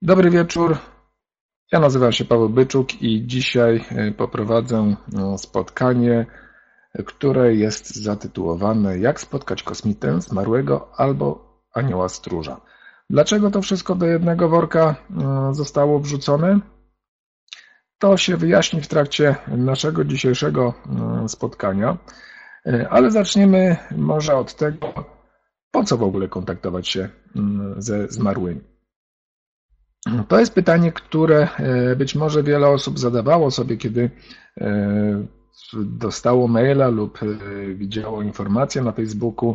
Dobry wieczór. Ja nazywam się Paweł Byczuk i dzisiaj poprowadzę spotkanie, które jest zatytułowane Jak spotkać kosmitę, zmarłego albo anioła stróża. Dlaczego to wszystko do jednego worka zostało wrzucone? To się wyjaśni w trakcie naszego dzisiejszego spotkania, ale zaczniemy może od tego, po co w ogóle kontaktować się ze zmarłymi. To jest pytanie, które być może wiele osób zadawało sobie, kiedy dostało maila lub widziało informację na Facebooku,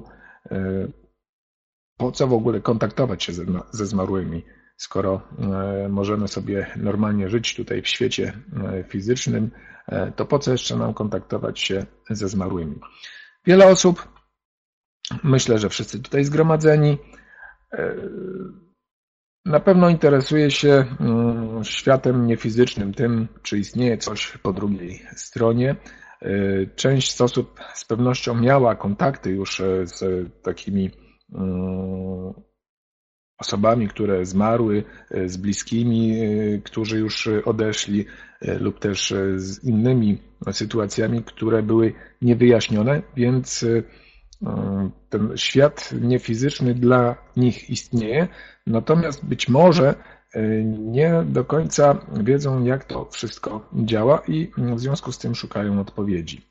po co w ogóle kontaktować się ze zmarłymi, skoro możemy sobie normalnie żyć tutaj w świecie fizycznym, to po co jeszcze nam kontaktować się ze zmarłymi? Wiele osób, myślę, że wszyscy tutaj zgromadzeni, na pewno interesuje się światem niefizycznym, tym, czy istnieje coś po drugiej stronie. Część osób z pewnością miała kontakty już z takimi osobami, które zmarły, z bliskimi, którzy już odeszli, lub też z innymi sytuacjami, które były niewyjaśnione, więc ten świat niefizyczny dla nich istnieje, natomiast być może nie do końca wiedzą, jak to wszystko działa i w związku z tym szukają odpowiedzi.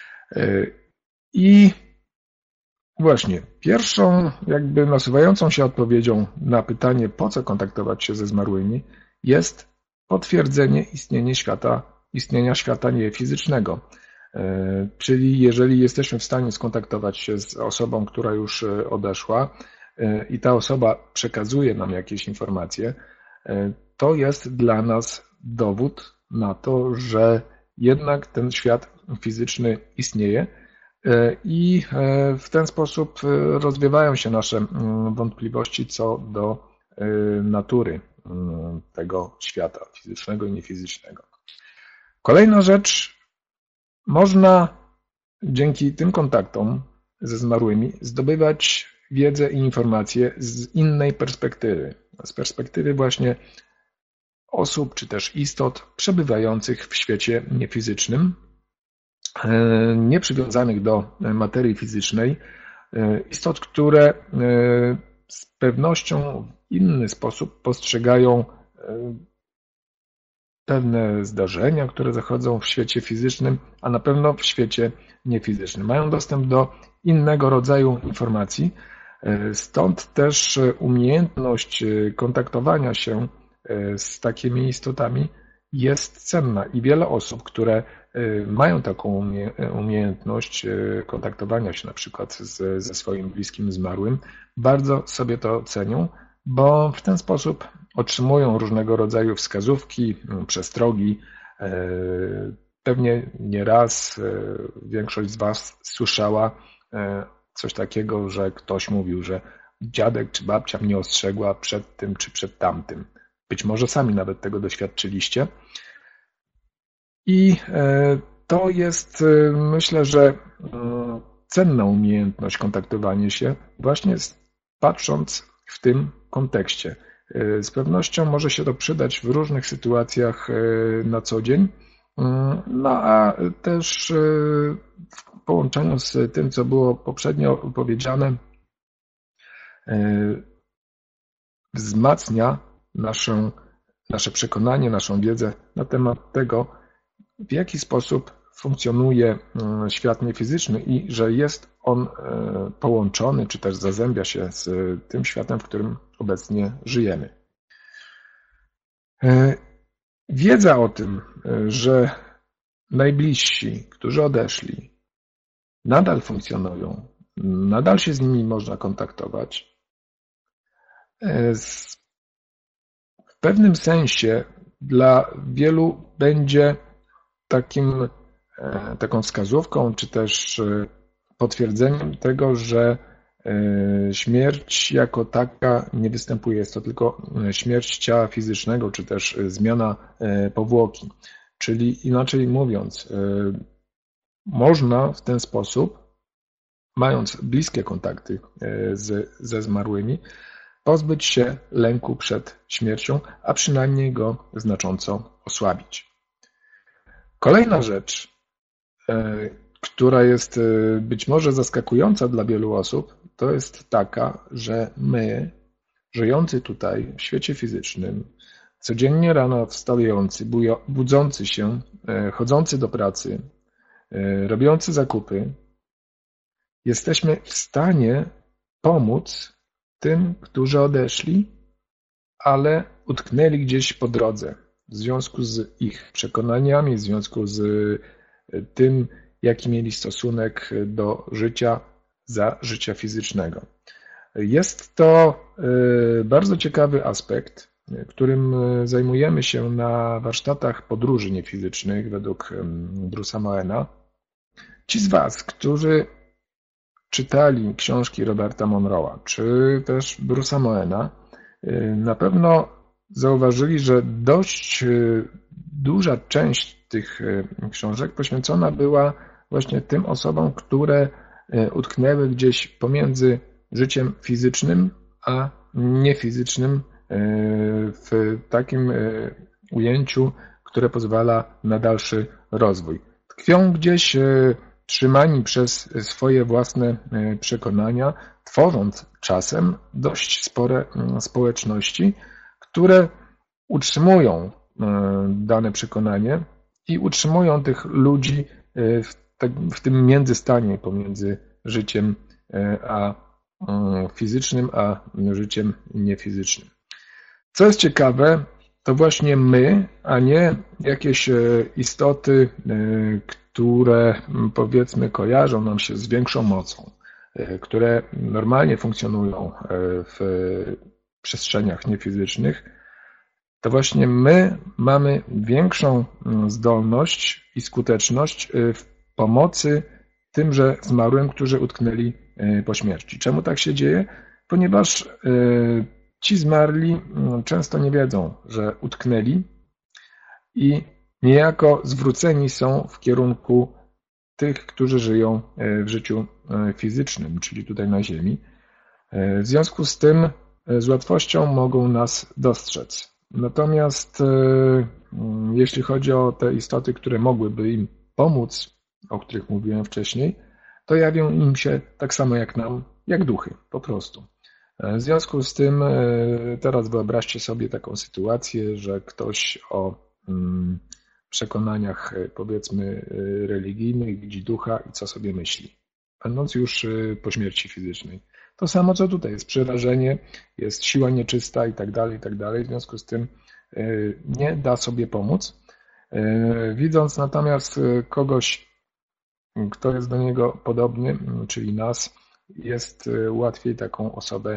I właśnie pierwszą jakby nasuwającą się odpowiedzią na pytanie, po co kontaktować się ze zmarłymi, jest potwierdzenie istnienia świata niefizycznego. Czyli jeżeli jesteśmy w stanie skontaktować się z osobą, która już odeszła i ta osoba przekazuje nam jakieś informacje, to jest dla nas dowód na to, że jednak ten świat fizyczny istnieje i w ten sposób rozwiewają się nasze wątpliwości co do natury tego świata fizycznego i niefizycznego. Kolejna rzecz, można dzięki tym kontaktom ze zmarłymi zdobywać wiedzę i informacje z innej perspektywy. Z perspektywy właśnie osób czy też istot przebywających w świecie niefizycznym, nieprzywiązanych do materii fizycznej, istot, które z pewnością w inny sposób postrzegają pewne zdarzenia, które zachodzą w świecie fizycznym, a na pewno w świecie niefizycznym. Mają dostęp do innego rodzaju informacji, stąd też umiejętność kontaktowania się z takimi istotami jest cenna i wiele osób, które mają taką umiejętność kontaktowania się na przykład ze swoim bliskim zmarłym, bardzo sobie to cenią, bo w ten sposób otrzymują różnego rodzaju wskazówki, przestrogi. Pewnie nieraz większość z Was słyszała coś takiego, że ktoś mówił, że dziadek czy babcia mnie ostrzegła przed tym czy przed tamtym. Być może sami nawet tego doświadczyliście. I to jest, myślę, że cenna umiejętność kontaktowania się, właśnie patrząc w tym kontekście. Z pewnością może się to przydać w różnych sytuacjach na co dzień, no a też w połączeniu z tym, co było poprzednio powiedziane, wzmacnia nasze przekonanie, naszą wiedzę na temat tego, w jaki sposób funkcjonuje świat niefizyczny i że jest on połączony, czy też zazębia się z tym światem, w którym obecnie żyjemy. Wiedza o tym, że najbliżsi, którzy odeszli, nadal funkcjonują, nadal się z nimi można kontaktować, w pewnym sensie dla wielu będzie taką wskazówką, czy też potwierdzeniem tego, że śmierć jako taka nie występuje. Jest to tylko śmierć ciała fizycznego, czy też zmiana powłoki. Czyli inaczej mówiąc, można w ten sposób, mając bliskie kontakty ze zmarłymi, pozbyć się lęku przed śmiercią, a przynajmniej go znacząco osłabić. Kolejna rzecz, która jest być może zaskakująca dla wielu osób, to jest taka, że my, żyjący tutaj w świecie fizycznym, codziennie rano wstający, budzący się, chodzący do pracy, robiący zakupy, jesteśmy w stanie pomóc tym, którzy odeszli, ale utknęli gdzieś po drodze w związku z ich przekonaniami, w związku z tym, jaki mieli stosunek do życia za życia fizycznego. Jest to bardzo ciekawy aspekt, którym zajmujemy się na warsztatach podróży niefizycznych według Bruce'a Moena. Ci z Was, którzy czytali książki Roberta Monroe'a, czy też Bruce'a Moena, na pewno zauważyli, że dość duża część tych książek poświęcona była właśnie tym osobom, które utknęły gdzieś pomiędzy życiem fizycznym a niefizycznym w takim ujęciu, które pozwala na dalszy rozwój. Tkwią gdzieś trzymani przez swoje własne przekonania, tworząc czasem dość spore społeczności, które utrzymują dane przekonanie i utrzymują tych ludzi w tym międzystanie pomiędzy życiem a fizycznym, a życiem niefizycznym. Co jest ciekawe, to właśnie my, a nie jakieś istoty, które powiedzmy kojarzą nam się z większą mocą, które normalnie funkcjonują w przestrzeniach niefizycznych, to właśnie my mamy większą zdolność i skuteczność w pomocy tymże zmarłym, którzy utknęli po śmierci. Czemu tak się dzieje? Ponieważ ci zmarli często nie wiedzą, że utknęli i niejako zwróceni są w kierunku tych, którzy żyją w życiu fizycznym, czyli tutaj na Ziemi. W związku z tym z łatwością mogą nas dostrzec. Natomiast jeśli chodzi o te istoty, które mogłyby im pomóc, o których mówiłem wcześniej, to jawią im się tak samo jak nam, jak duchy, po prostu. W związku z tym teraz wyobraźcie sobie taką sytuację, że ktoś o przekonaniach, powiedzmy, religijnych widzi ducha i co sobie myśli, będąc już po śmierci fizycznej. To samo co tutaj, jest przerażenie, jest siła nieczysta i tak dalej, w związku z tym nie da sobie pomóc. Widząc natomiast kogoś, kto jest do niego podobny, czyli nas, jest łatwiej taką osobę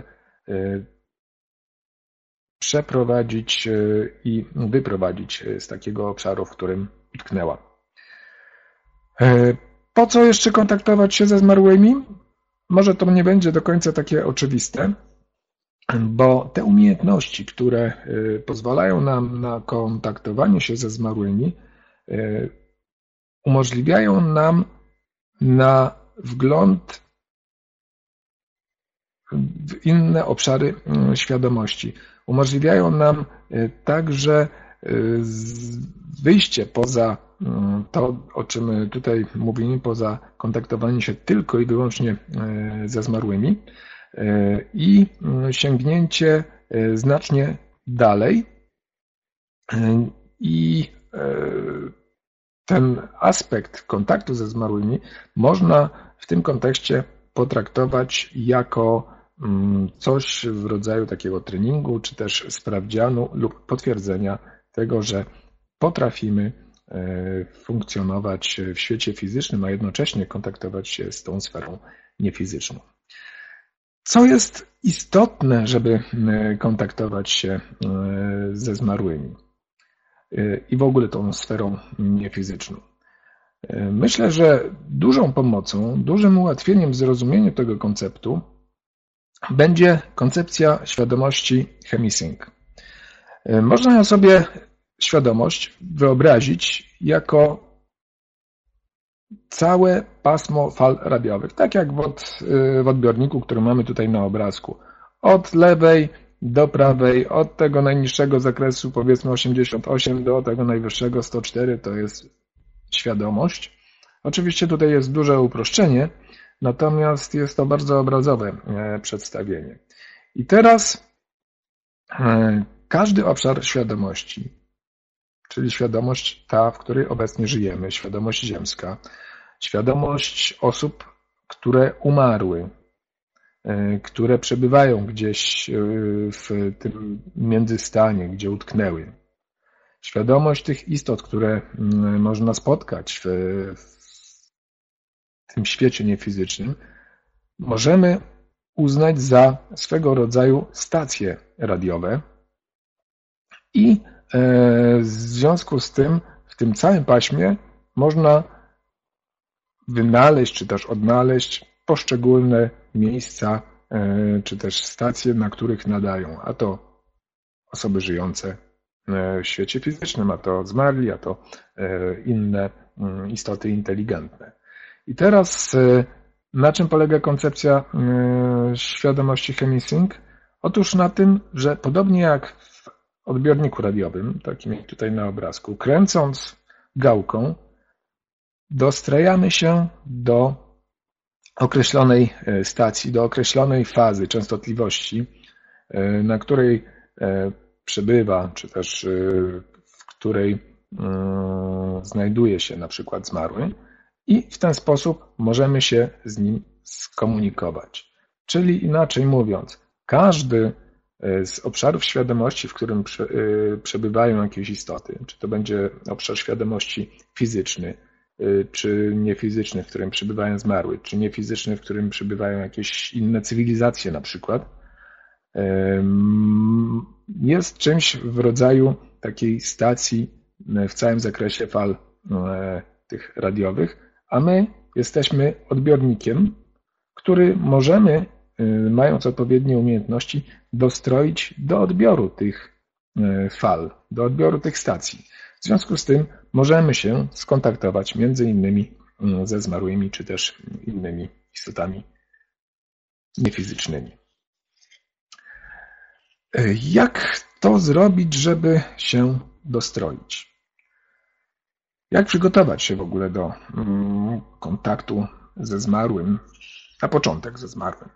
przeprowadzić i wyprowadzić z takiego obszaru, w którym utknęła. Po co jeszcze kontaktować się ze zmarłymi? Może to nie będzie do końca takie oczywiste, bo te umiejętności, które pozwalają nam na kontaktowanie się ze zmarłymi, umożliwiają nam na wgląd w inne obszary świadomości. Umożliwiają nam także wyjście poza to, o czym tutaj mówimy, poza kontaktowanie się tylko i wyłącznie ze zmarłymi i sięgnięcie znacznie dalej. I ten aspekt kontaktu ze zmarłymi można w tym kontekście potraktować jako coś w rodzaju takiego treningu, czy też sprawdzianu lub potwierdzenia tego, że potrafimy funkcjonować w świecie fizycznym, a jednocześnie kontaktować się z tą sferą niefizyczną. Co jest istotne, żeby kontaktować się ze zmarłymi i w ogóle tą sferą niefizyczną? Myślę, że dużą pomocą, dużym ułatwieniem w zrozumieniu tego konceptu będzie koncepcja świadomości chemisync. Można sobie świadomość wyobrazić jako całe pasmo fal radiowych, tak jak w odbiorniku, który mamy tutaj na obrazku. Od lewej do prawej, od tego najniższego zakresu powiedzmy 88 do tego najwyższego 104 to jest świadomość. Oczywiście tutaj jest duże uproszczenie, natomiast jest to bardzo obrazowe przedstawienie. I teraz każdy obszar świadomości, czyli świadomość ta, w której obecnie żyjemy, świadomość ziemska, świadomość osób, które umarły, które przebywają gdzieś w tym międzystanie, gdzie utknęły. Świadomość tych istot, które można spotkać w tym świecie niefizycznym, możemy uznać za swego rodzaju stacje radiowe i w związku z tym w tym całym paśmie można wynaleźć czy też odnaleźć poszczególne miejsca czy też stacje, na których nadają, a to osoby żyjące w świecie fizycznym, a to zmarli, a to inne istoty inteligentne. I teraz na czym polega koncepcja świadomości Chemisync? Otóż na tym, że podobnie jak w odbiorniku radiowym, takim jak tutaj na obrazku, kręcąc gałką, dostrajamy się do określonej stacji, do określonej fazy częstotliwości, na której przebywa, czy też w której znajduje się na przykład zmarły i w ten sposób możemy się z nim skomunikować. Czyli inaczej mówiąc, każdy z obszarów świadomości, w którym przebywają jakieś istoty, czy to będzie obszar świadomości fizyczny, czy niefizyczny, w którym przebywają zmarły, czy niefizyczny, w którym przebywają jakieś inne cywilizacje na przykład, jest czymś w rodzaju takiej stacji w całym zakresie fal tych radiowych, a my jesteśmy odbiornikiem, który możemy, mając odpowiednie umiejętności, dostroić do odbioru tych fal, do odbioru tych stacji. W związku z tym możemy się skontaktować między innymi ze zmarłymi, czy też innymi istotami niefizycznymi. Jak to zrobić, żeby się dostroić? Jak przygotować się w ogóle do kontaktu ze zmarłym, na początek ze zmarłym?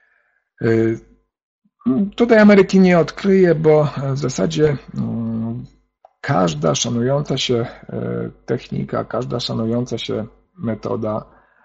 Tutaj Ameryki nie odkryję, bo w zasadzie każda szanująca się technika, każda szanująca się metoda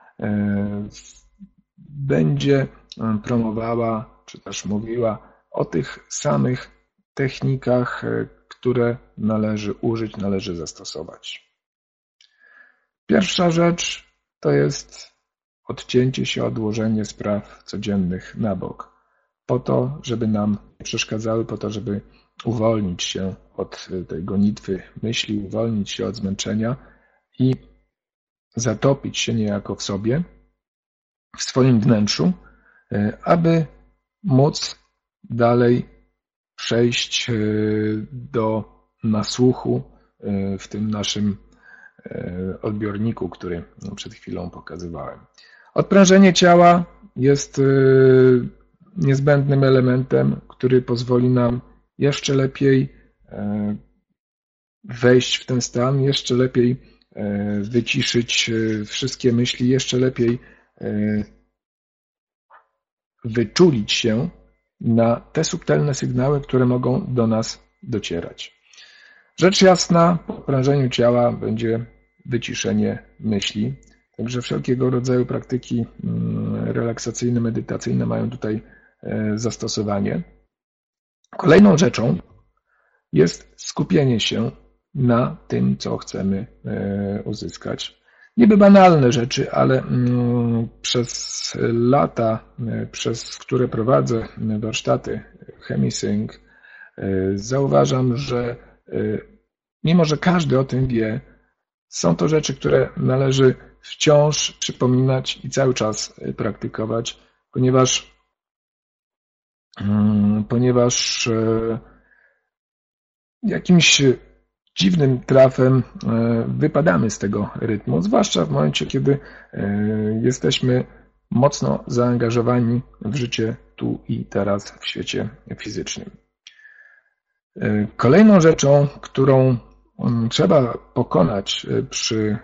będzie promowała, czy też mówiła o tych samych technikach, które należy użyć, należy zastosować. Pierwsza rzecz to jest odcięcie się, odłożenie spraw codziennych na bok, po to, żeby nam nie przeszkadzały, po to, żeby uwolnić się od tej gonitwy myśli, uwolnić się od zmęczenia i zatopić się niejako w sobie, w swoim wnętrzu, aby móc dalej przejść do nasłuchu w tym naszym odbiorniku, który przed chwilą pokazywałem. Odprężenie ciała jest niezbędnym elementem, który pozwoli nam jeszcze lepiej wejść w ten stan, jeszcze lepiej wyciszyć wszystkie myśli, jeszcze lepiej wyczulić się na te subtelne sygnały, które mogą do nas docierać. Rzecz jasna, po odprężeniu ciała będzie wyciszenie myśli, także wszelkiego rodzaju praktyki relaksacyjne, medytacyjne mają tutaj zastosowanie. Kolejną rzeczą jest skupienie się na tym, co chcemy uzyskać. Niby banalne rzeczy, ale przez lata, przez które prowadzę warsztaty Chemisync, zauważam, że mimo że każdy o tym wie, są to rzeczy, które należy wciąż przypominać i cały czas praktykować, ponieważ jakimś dziwnym trafem wypadamy z tego rytmu, zwłaszcza w momencie, kiedy jesteśmy mocno zaangażowani w życie tu i teraz w świecie fizycznym. Kolejną rzeczą, którą trzeba pokonać przy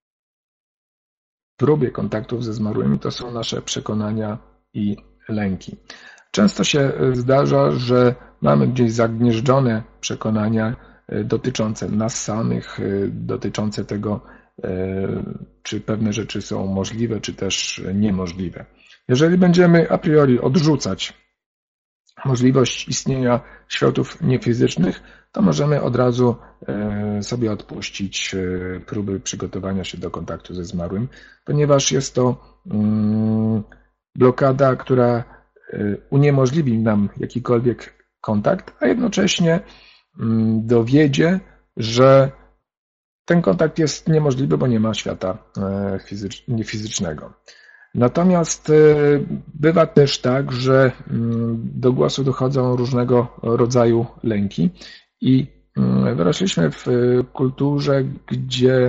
próbie kontaktów ze zmarłymi, to są nasze przekonania i lęki. Często się zdarza, że mamy gdzieś zagnieżdżone przekonania dotyczące nas samych, dotyczące tego, czy pewne rzeczy są możliwe, czy też niemożliwe. Jeżeli będziemy a priori odrzucać możliwość istnienia światów niefizycznych, to możemy od razu sobie odpuścić próby przygotowania się do kontaktu ze zmarłym, ponieważ jest to blokada, która uniemożliwi nam jakikolwiek kontakt, a jednocześnie dowiedzie, że ten kontakt jest niemożliwy, bo nie ma świata niefizycznego. Natomiast bywa też tak, że do głosu dochodzą różnego rodzaju lęki i wyrośliśmy w kulturze, gdzie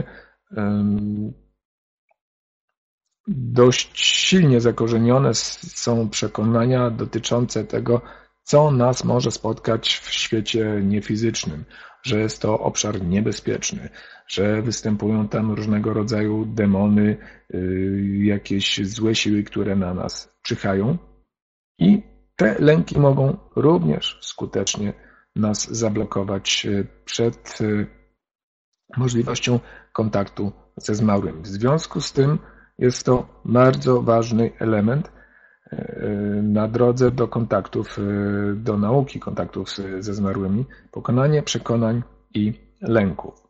dość silnie zakorzenione są przekonania dotyczące tego, co nas może spotkać w świecie niefizycznym, że jest to obszar niebezpieczny, że występują tam różnego rodzaju demony, jakieś złe siły, które na nas czyhają i te lęki mogą również skutecznie nas zablokować przed możliwością kontaktu ze zmarłym. W związku z tym jest to bardzo ważny element na drodze do kontaktów, do nauki kontaktów ze zmarłymi, pokonanie przekonań i lęków.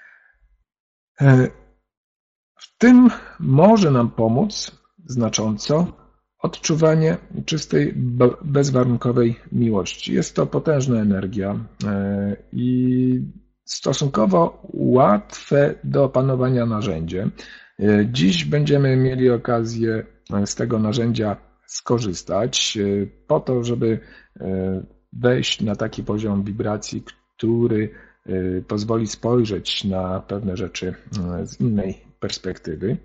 W tym może nam pomóc znacząco odczuwanie czystej, bezwarunkowej miłości. Jest to potężna energia i stosunkowo łatwe do opanowania narzędzie. Dziś będziemy mieli okazję z tego narzędzia skorzystać po to, żeby wejść na taki poziom wibracji, który pozwoli spojrzeć na pewne rzeczy z innej perspektywy.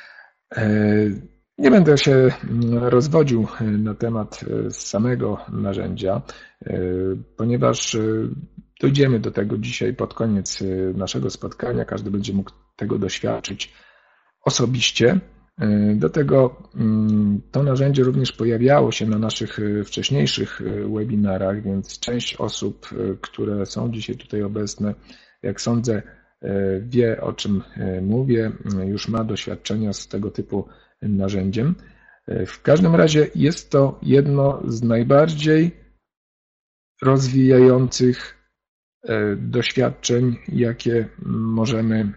Nie będę się rozwodził na temat samego narzędzia, ponieważ dojdziemy do tego dzisiaj pod koniec naszego spotkania. Każdy będzie mógł tego doświadczyć osobiście. Do tego to narzędzie również pojawiało się na naszych wcześniejszych webinarach, więc część osób, które są dzisiaj tutaj obecne, jak sądzę, wie, o czym mówię, już ma doświadczenia z tego typu narzędziem. W każdym razie jest to jedno z najbardziej rozwijających doświadczeń, jakie możemy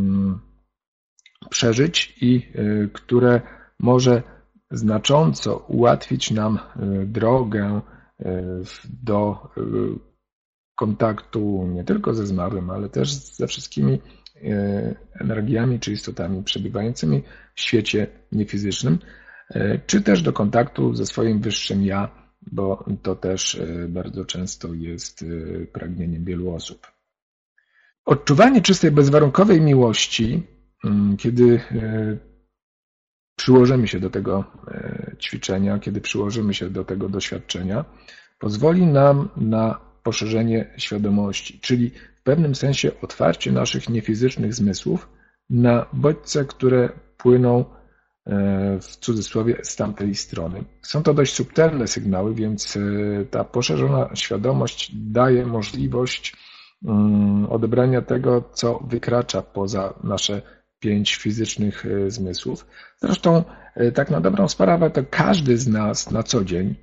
przeżyć i które może znacząco ułatwić nam drogę do kontaktu nie tylko ze zmarłym, ale też ze wszystkimi energiami czy istotami przebywającymi w świecie niefizycznym, czy też do kontaktu ze swoim wyższym ja, bo to też bardzo często jest pragnieniem wielu osób. Odczuwanie czystej, bezwarunkowej miłości, kiedy przyłożymy się do tego ćwiczenia, kiedy przyłożymy się do tego doświadczenia, pozwoli nam na poszerzenie świadomości, czyli w pewnym sensie otwarcie naszych niefizycznych zmysłów na bodźce, które płyną w cudzysłowie z tamtej strony. Są to dość subtelne sygnały, więc ta poszerzona świadomość daje możliwość odebrania tego, co wykracza poza nasze 5 fizycznych zmysłów. Zresztą tak na dobrą sprawę to każdy z nas na co dzień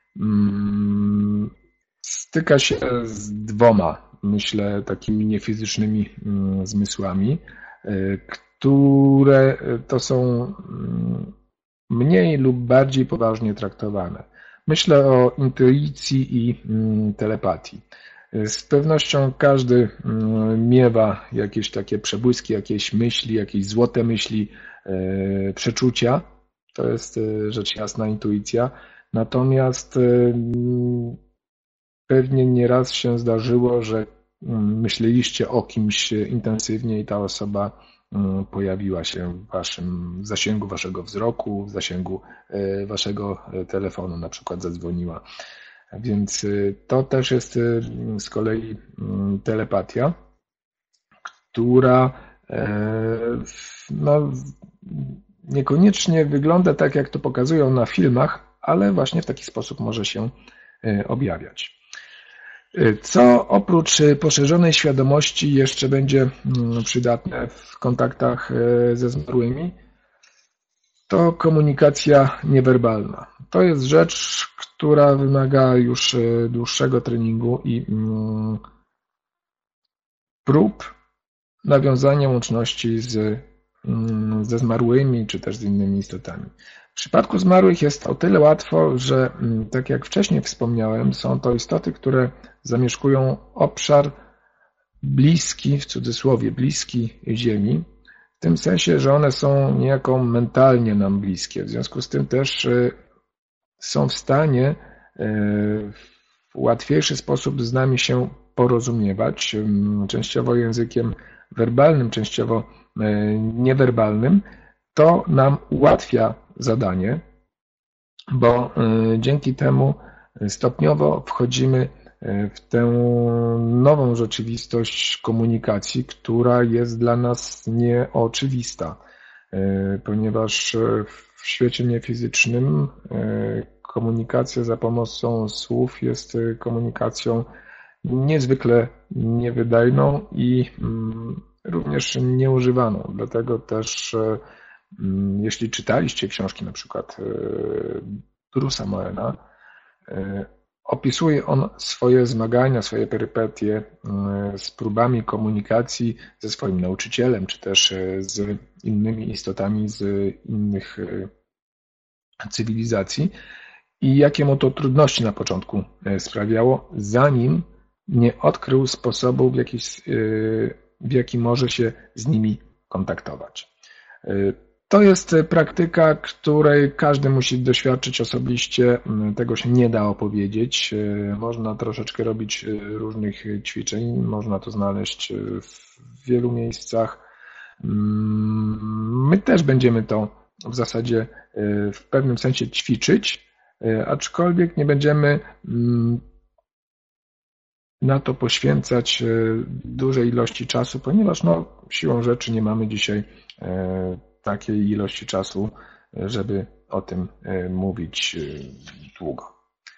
styka się z 2, myślę, takimi niefizycznymi zmysłami, które to są mniej lub bardziej poważnie traktowane. Myślę o intuicji i telepatii. Z pewnością każdy miewa jakieś takie przebłyski, jakieś myśli, jakieś złote myśli, przeczucia. To jest rzecz jasna intuicja. Natomiast pewnie nieraz się zdarzyło, że myśleliście o kimś intensywnie i ta osoba pojawiła się w zasięgu waszego wzroku, w zasięgu waszego telefonu, na przykład zadzwoniła. Więc to też jest z kolei telepatia, która no, niekoniecznie wygląda tak, jak to pokazują na filmach, ale właśnie w taki sposób może się objawiać. Co oprócz poszerzonej świadomości jeszcze będzie przydatne w kontaktach ze zmarłymi, to komunikacja niewerbalna. To jest rzecz, która wymaga już dłuższego treningu i prób nawiązania łączności ze zmarłymi, czy też z innymi istotami. W przypadku zmarłych jest o tyle łatwo, że tak jak wcześniej wspomniałem, są to istoty, które zamieszkują obszar bliski, w cudzysłowie bliski Ziemi, w tym sensie, że one są niejako mentalnie nam bliskie. W związku z tym też są w stanie w łatwiejszy sposób z nami się porozumiewać, częściowo językiem werbalnym, częściowo niewerbalnym. To nam ułatwia zadanie, bo dzięki temu stopniowo wchodzimy w tę nową rzeczywistość komunikacji, która jest dla nas nieoczywista, ponieważ w świecie niefizycznym komunikacja za pomocą słów jest komunikacją niezwykle niewydajną i również nieużywaną. Dlatego też, jeśli czytaliście książki na przykład Bruce'a Moena, opisuje on swoje zmagania, swoje perypetie z próbami komunikacji ze swoim nauczycielem, czy też z innymi istotami z innych cywilizacji i jakie mu to trudności na początku sprawiało, zanim nie odkrył sposobu, w jaki może się z nimi kontaktować. To jest praktyka, której każdy musi doświadczyć osobiście. Tego się nie da opowiedzieć. Można troszeczkę robić różnych ćwiczeń, można to znaleźć w wielu miejscach. My też będziemy to w zasadzie w pewnym sensie ćwiczyć, aczkolwiek nie będziemy na to poświęcać dużej ilości czasu, ponieważ siłą rzeczy nie mamy dzisiaj takiej ilości czasu, żeby o tym mówić długo.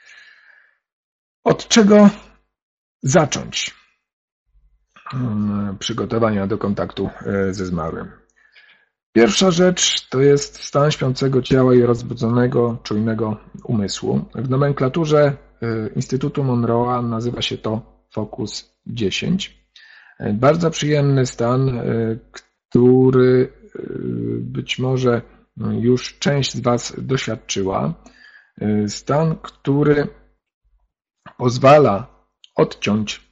Od czego zacząć przygotowania do kontaktu ze zmarłym? Pierwsza rzecz to jest stan śpiącego ciała i rozbudzonego, czujnego umysłu. W nomenklaturze Instytutu Monroe'a nazywa się to Focus 10. Bardzo przyjemny stan, który być może już część z Was doświadczyła. Stan, który pozwala odciąć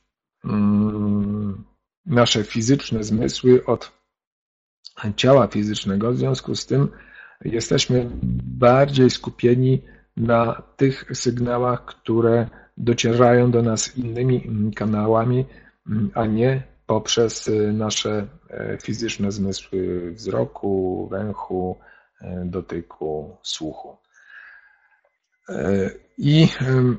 nasze fizyczne zmysły od ciała fizycznego. W związku z tym jesteśmy bardziej skupieni na tych sygnałach, które docierają do nas innymi kanałami, a nie poprzez nasze fizyczne zmysły wzroku, węchu, dotyku, słuchu. I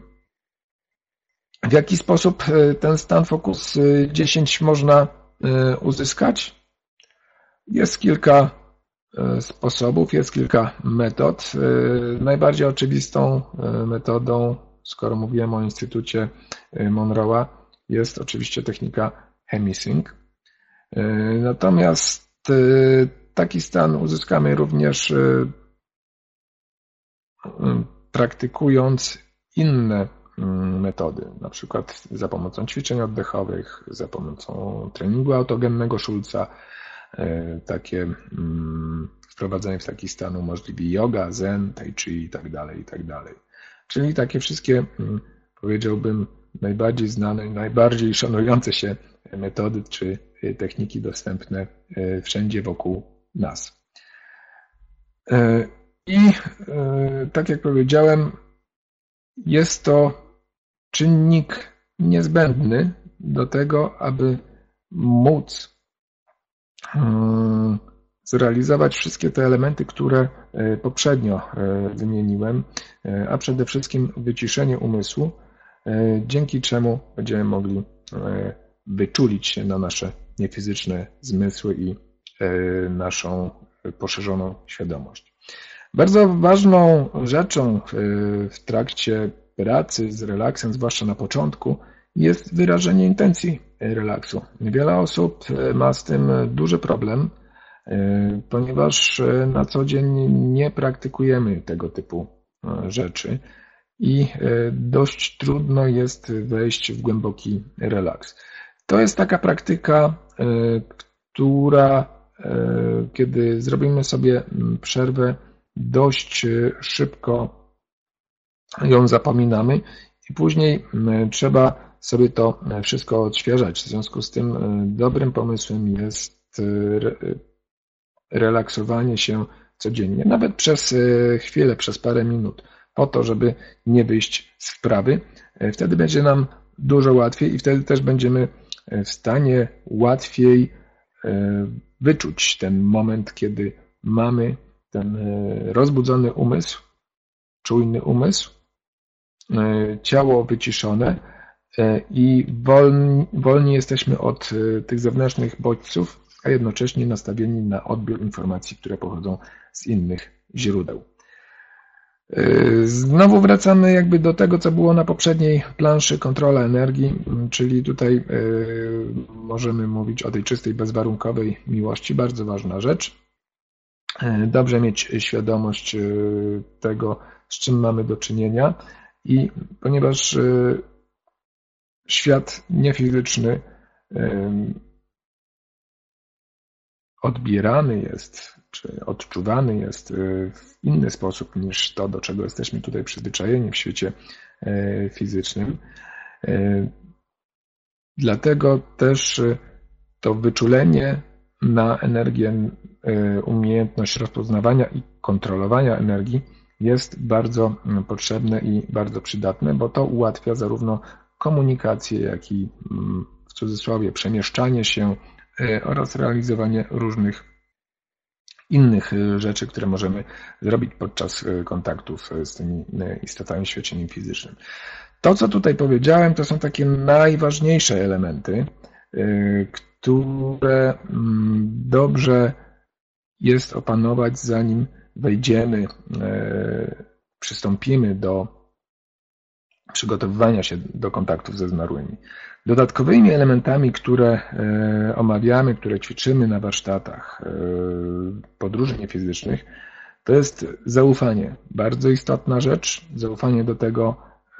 w jaki sposób ten stan Focus 10 można uzyskać? Jest kilka sposobów, jest kilka metod. Najbardziej oczywistą metodą, skoro mówiłem o Instytucie Monroe'a, jest oczywiście technika Hemisync. Natomiast taki stan uzyskamy również praktykując inne metody, na przykład za pomocą ćwiczeń oddechowych, za pomocą treningu autogennego Schulza. Takie wprowadzenie w taki stan umożliwi yoga, zen, tai chi i tak dalej, i tak dalej. Czyli takie wszystkie, powiedziałbym, najbardziej znane, najbardziej szanujące się metody czy techniki dostępne wszędzie wokół nas. I tak jak powiedziałem, jest to czynnik niezbędny do tego, aby móc zrealizować wszystkie te elementy, które poprzednio wymieniłem, a przede wszystkim wyciszenie umysłu, dzięki czemu będziemy mogli wyczulić się na nasze niefizyczne zmysły i naszą poszerzoną świadomość. Bardzo ważną rzeczą w trakcie pracy z relaksem, zwłaszcza na początku, jest wyrażenie intencji relaksu. Wiele osób ma z tym duży problem, ponieważ na co dzień nie praktykujemy tego typu rzeczy i dość trudno jest wejść w głęboki relaks. To jest taka praktyka, która, kiedy zrobimy sobie przerwę, dość szybko ją zapominamy i później trzeba sobie to wszystko odświeżać. W związku z tym dobrym pomysłem jest relaksowanie się codziennie, nawet przez chwilę, przez parę minut, po to, żeby nie wyjść z wprawy. Wtedy będzie nam dużo łatwiej i wtedy też będziemy w stanie łatwiej wyczuć ten moment, kiedy mamy ten rozbudzony umysł, czujny umysł, ciało wyciszone i wolni jesteśmy od tych zewnętrznych bodźców, a jednocześnie nastawieni na odbiór informacji, które pochodzą z innych źródeł. Znowu wracamy jakby do tego, co było na poprzedniej planszy, kontrola energii, czyli tutaj możemy mówić o tej czystej, bezwarunkowej miłości, bardzo ważna rzecz. Dobrze mieć świadomość tego, z czym mamy do czynienia i ponieważ świat niefizyczny odbierany jest, czy odczuwany jest w inny sposób niż to, do czego jesteśmy tutaj przyzwyczajeni w świecie fizycznym. Dlatego też to wyczulenie na energię, umiejętność rozpoznawania i kontrolowania energii jest bardzo potrzebne i bardzo przydatne, bo to ułatwia zarówno komunikację, jak i w cudzysłowie przemieszczanie się oraz realizowanie różnych innych rzeczy, które możemy zrobić podczas kontaktów z tymi istotami w świecie niefizycznym. To, co tutaj powiedziałem, to są takie najważniejsze elementy, które dobrze jest opanować, zanim wejdziemy, przystąpimy do przygotowywania się do kontaktów ze zmarłymi. Dodatkowymi elementami, które omawiamy, które ćwiczymy na warsztatach podróży niefizycznych, to jest zaufanie. Bardzo istotna rzecz. Zaufanie do tego,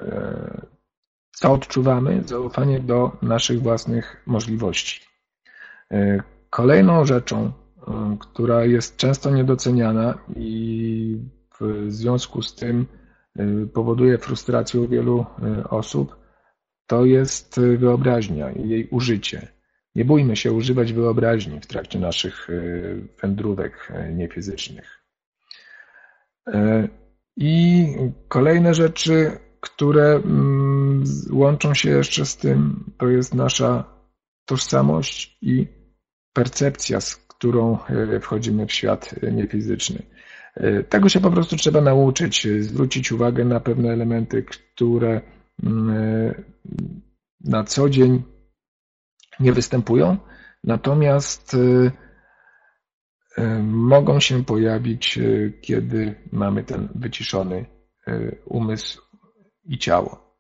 co odczuwamy, zaufanie do naszych własnych możliwości. Kolejną rzeczą, która jest często niedoceniana i w związku z tym powoduje frustrację u wielu osób, to jest wyobraźnia i jej użycie. Nie bójmy się używać wyobraźni w trakcie naszych wędrówek niefizycznych. I kolejne rzeczy, które łączą się jeszcze z tym, to jest nasza tożsamość i percepcja, z którą wchodzimy w świat niefizyczny. Tego się po prostu trzeba nauczyć, zwrócić uwagę na pewne elementy, które na co dzień nie występują, natomiast mogą się pojawić, kiedy mamy ten wyciszony umysł i ciało.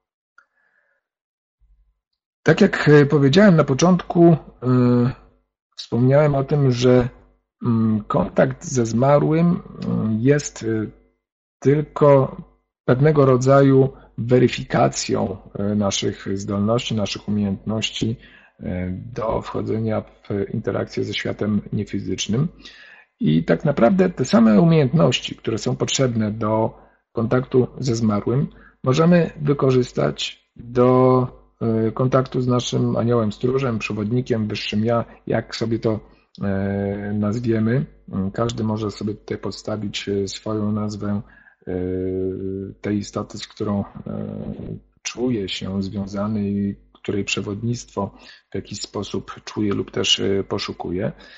Tak jak powiedziałem na początku, wspomniałem o tym, że kontakt ze zmarłym jest tylko pewnego rodzaju weryfikacją naszych zdolności, naszych umiejętności do wchodzenia w interakcję ze światem niefizycznym. I tak naprawdę te same umiejętności, które są potrzebne do kontaktu ze zmarłym, możemy wykorzystać do kontaktu z naszym aniołem stróżem, przewodnikiem, wyższym ja, jak sobie to nazwiemy. Każdy może sobie tutaj podstawić swoją nazwę tej istoty, z którą czuje się związany i której przewodnictwo w jakiś sposób czuje lub też poszukuje.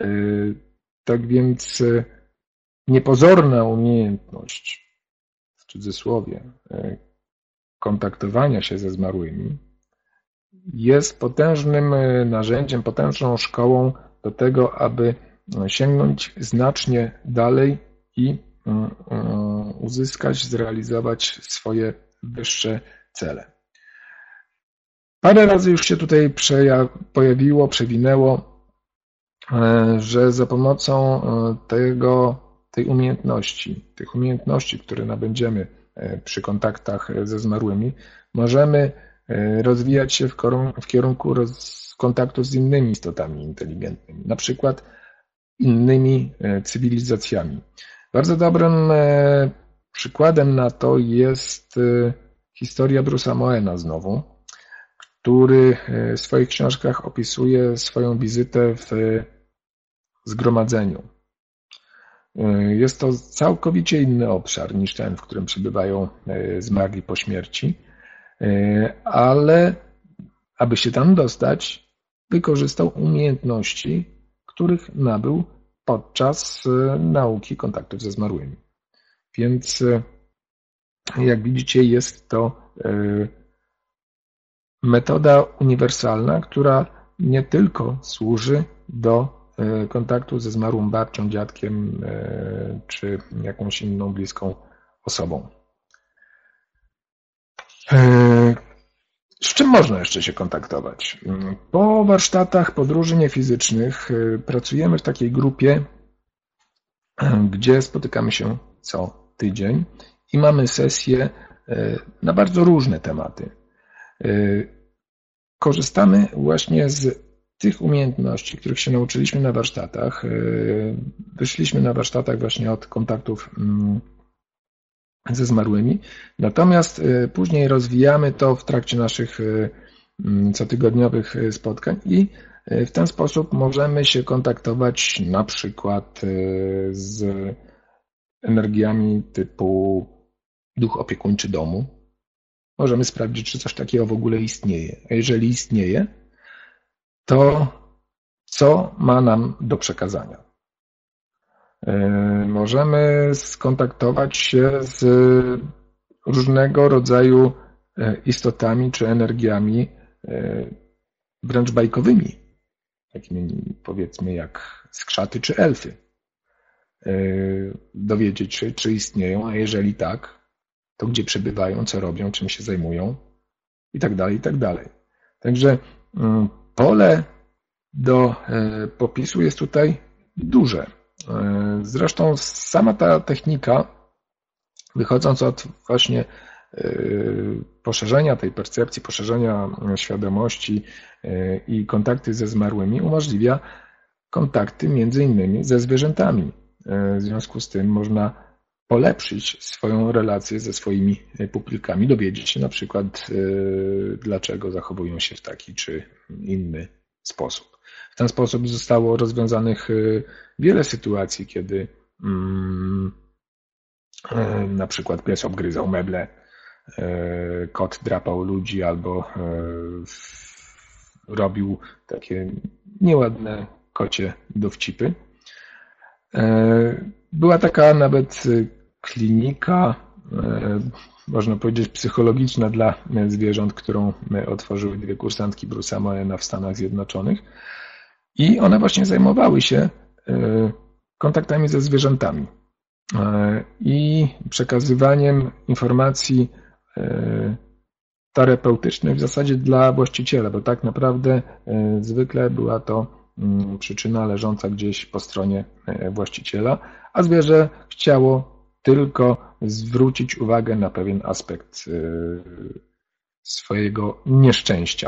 Tak więc niepozorna umiejętność, w cudzysłowie, kontaktowania się ze zmarłymi jest potężnym narzędziem, potężną szkołą do tego, aby sięgnąć znacznie dalej i uzyskać, zrealizować swoje wyższe cele. Parę razy już się tutaj przewinęło, że za pomocą tych umiejętności, które nabędziemy przy kontaktach ze zmarłymi, możemy rozwijać się w kierunku kontaktu z innymi istotami inteligentnymi, na przykład innymi cywilizacjami. Bardzo dobrym przykładem na to jest historia Bruce'a Moena znowu, który w swoich książkach opisuje swoją wizytę w zgromadzeniu. Jest to całkowicie inny obszar niż ten, w którym przebywają zmarli po śmierci, ale aby się tam dostać, wykorzystał umiejętności, których nabył podczas nauki kontaktów ze zmarłymi. Więc jak widzicie, jest to metoda uniwersalna, która nie tylko służy do kontaktu ze zmarłym babcią, dziadkiem czy jakąś inną bliską osobą. Z czym można jeszcze się kontaktować? Po warsztatach podróży niefizycznych pracujemy w takiej grupie, gdzie spotykamy się co tydzień i mamy sesje na bardzo różne tematy. Korzystamy właśnie z tych umiejętności, których się nauczyliśmy na warsztatach. Wyszliśmy na warsztatach właśnie od kontaktów ze zmarłymi, natomiast później rozwijamy to w trakcie naszych cotygodniowych spotkań i w ten sposób możemy się kontaktować na przykład z energiami typu duch opiekuńczy domu. Możemy sprawdzić, czy coś takiego w ogóle istnieje. A jeżeli istnieje, to co ma nam do przekazania? Możemy skontaktować się z różnego rodzaju istotami czy energiami wręcz bajkowymi, takimi powiedzmy jak skrzaty czy elfy. Dowiedzieć się, czy istnieją, a jeżeli tak, to gdzie przebywają, co robią, czym się zajmują i tak dalej, i tak dalej. Także pole do popisu jest tutaj duże. Zresztą sama ta technika, wychodząc od właśnie poszerzenia tej percepcji, poszerzenia świadomości i kontakty ze zmarłymi, umożliwia kontakty między innymi ze zwierzętami. W związku z tym można polepszyć swoją relację ze swoimi pupilkami, dowiedzieć się na przykład, dlaczego zachowują się w taki czy inny sposób. W ten sposób zostało rozwiązanych wiele sytuacji, kiedy na przykład pies obgryzał meble, kot drapał ludzi albo robił takie nieładne kocie dowcipy. Była taka nawet klinika, można powiedzieć psychologiczna dla zwierząt, którą otworzyły dwie kursantki Bruce'a Moena w Stanach Zjednoczonych i one właśnie zajmowały się kontaktami ze zwierzętami i przekazywaniem informacji terapeutycznych w zasadzie dla właściciela, bo tak naprawdę zwykle była to przyczyna leżąca gdzieś po stronie właściciela, a zwierzę chciało tylko zwrócić uwagę na pewien aspekt swojego nieszczęścia.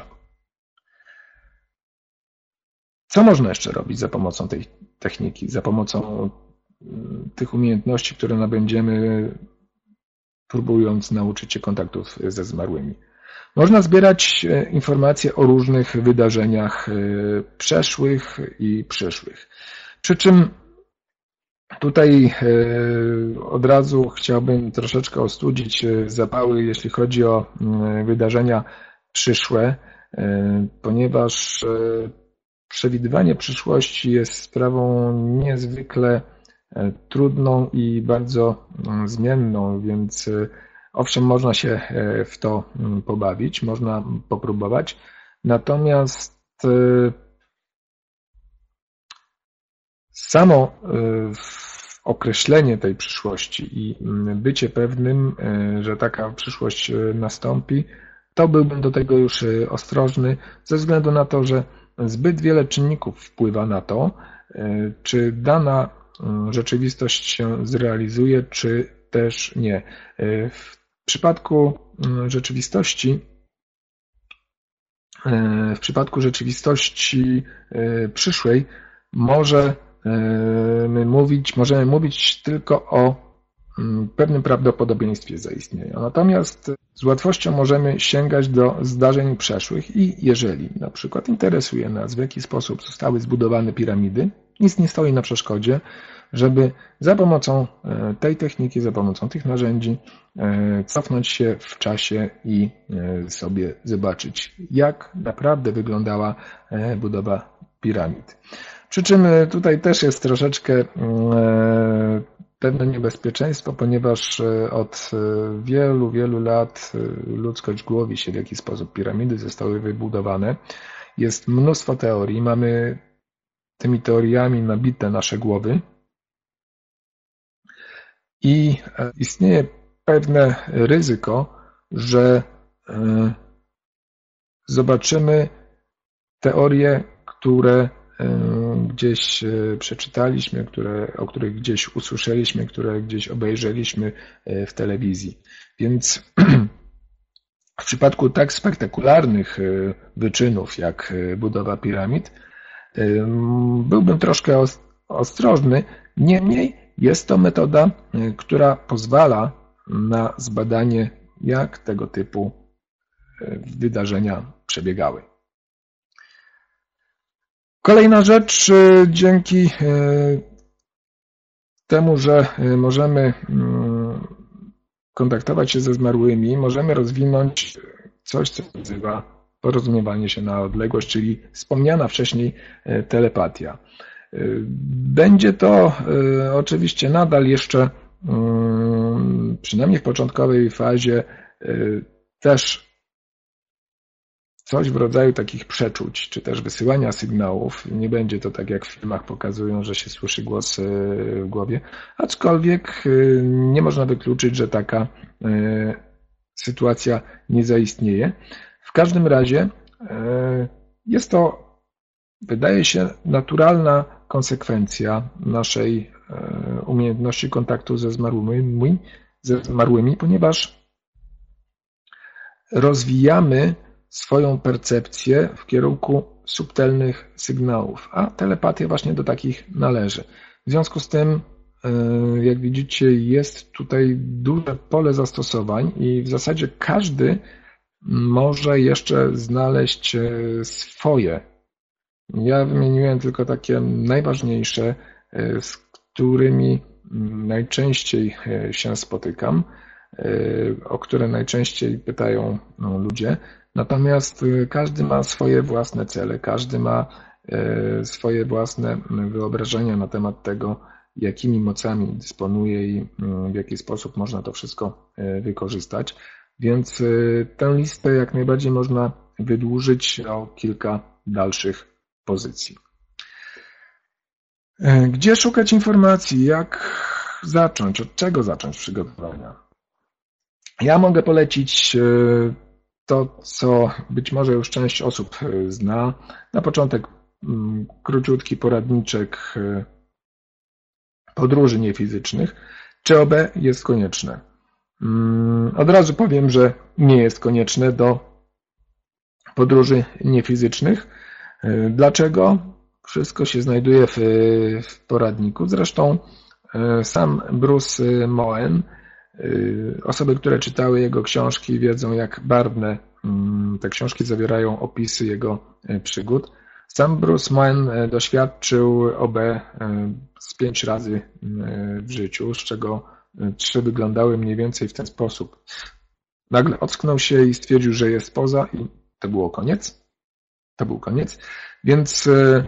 Co można jeszcze robić za pomocą tej techniki, za pomocą tych umiejętności, które nabędziemy, próbując nauczyć się kontaktów ze zmarłymi? Można zbierać informacje o różnych wydarzeniach przeszłych i przyszłych. Przy czym tutaj od razu chciałbym troszeczkę ostudzić zapały, jeśli chodzi o wydarzenia przyszłe, ponieważ przewidywanie przyszłości jest sprawą niezwykle trudną i bardzo zmienną, więc owszem, można się w to pobawić, można popróbować, natomiast samo określenie tej przyszłości i bycie pewnym, że taka przyszłość nastąpi, to byłbym do tego już ostrożny, ze względu na to, że zbyt wiele czynników wpływa na to, czy dana rzeczywistość się zrealizuje, czy też nie. W przypadku rzeczywistości przyszłej możemy mówić tylko o pewnym prawdopodobieństwie zaistnienia. Natomiast z łatwością możemy sięgać do zdarzeń przeszłych i jeżeli na przykład interesuje nas, w jaki sposób zostały zbudowane piramidy, nic nie stoi na przeszkodzie, żeby za pomocą tej techniki, za pomocą tych narzędzi cofnąć się w czasie i sobie zobaczyć, jak naprawdę wyglądała budowa piramid. Przy czym tutaj też jest troszeczkę pewne niebezpieczeństwo, ponieważ od wielu, wielu lat ludzkość głowi się, w jaki sposób piramidy zostały wybudowane. Jest mnóstwo teorii, mamy tymi teoriami nabite nasze głowy i istnieje pewne ryzyko, że zobaczymy teorie, które gdzieś przeczytaliśmy, o których gdzieś usłyszeliśmy, które gdzieś obejrzeliśmy w telewizji. Więc w przypadku tak spektakularnych wyczynów jak budowa piramid byłbym troszkę ostrożny. Niemniej jest to metoda, która pozwala na zbadanie, jak tego typu wydarzenia przebiegały. Kolejna rzecz, dzięki temu, że możemy kontaktować się ze zmarłymi, możemy rozwinąć coś, co nazywa porozumiewanie się na odległość, czyli wspomniana wcześniej telepatia. Będzie to oczywiście nadal jeszcze, przynajmniej w początkowej fazie, też coś w rodzaju takich przeczuć, czy też wysyłania sygnałów. Nie będzie to tak, jak w filmach pokazują, że się słyszy głos w głowie, aczkolwiek nie można wykluczyć, że taka sytuacja nie zaistnieje. W każdym razie jest to, wydaje się, naturalna konsekwencja naszej umiejętności kontaktu ze zmarłymi, ponieważ rozwijamy swoją percepcję w kierunku subtelnych sygnałów, a telepatia właśnie do takich należy. W związku z tym, jak widzicie, jest tutaj duże pole zastosowań i w zasadzie każdy może jeszcze znaleźć swoje. Ja wymieniłem tylko takie najważniejsze, z którymi najczęściej się spotykam, o które najczęściej pytają ludzie. Natomiast każdy ma swoje własne cele, każdy ma swoje własne wyobrażenia na temat tego, jakimi mocami dysponuje i w jaki sposób można to wszystko wykorzystać. Więc tę listę jak najbardziej można wydłużyć o kilka dalszych pozycji. Gdzie szukać informacji? Jak zacząć? Od czego zacząć przygotowania? Ja mogę polecić to, co być może już część osób zna. Na początek króciutki poradniczek podróży niefizycznych. Czy OB jest konieczne? Od razu powiem, że nie jest konieczne do podróży niefizycznych. Dlaczego? Wszystko się znajduje w poradniku. Zresztą sam Bruce Moen, osoby, które czytały jego książki, wiedzą, jak barwne te książki zawierają opisy jego przygód. Sam Bruce Moen doświadczył OB z 5 razy w życiu, z czego 3 wyglądały mniej więcej w ten sposób. Nagle ocknął się i stwierdził, że jest poza i to było koniec. To był koniec. Więc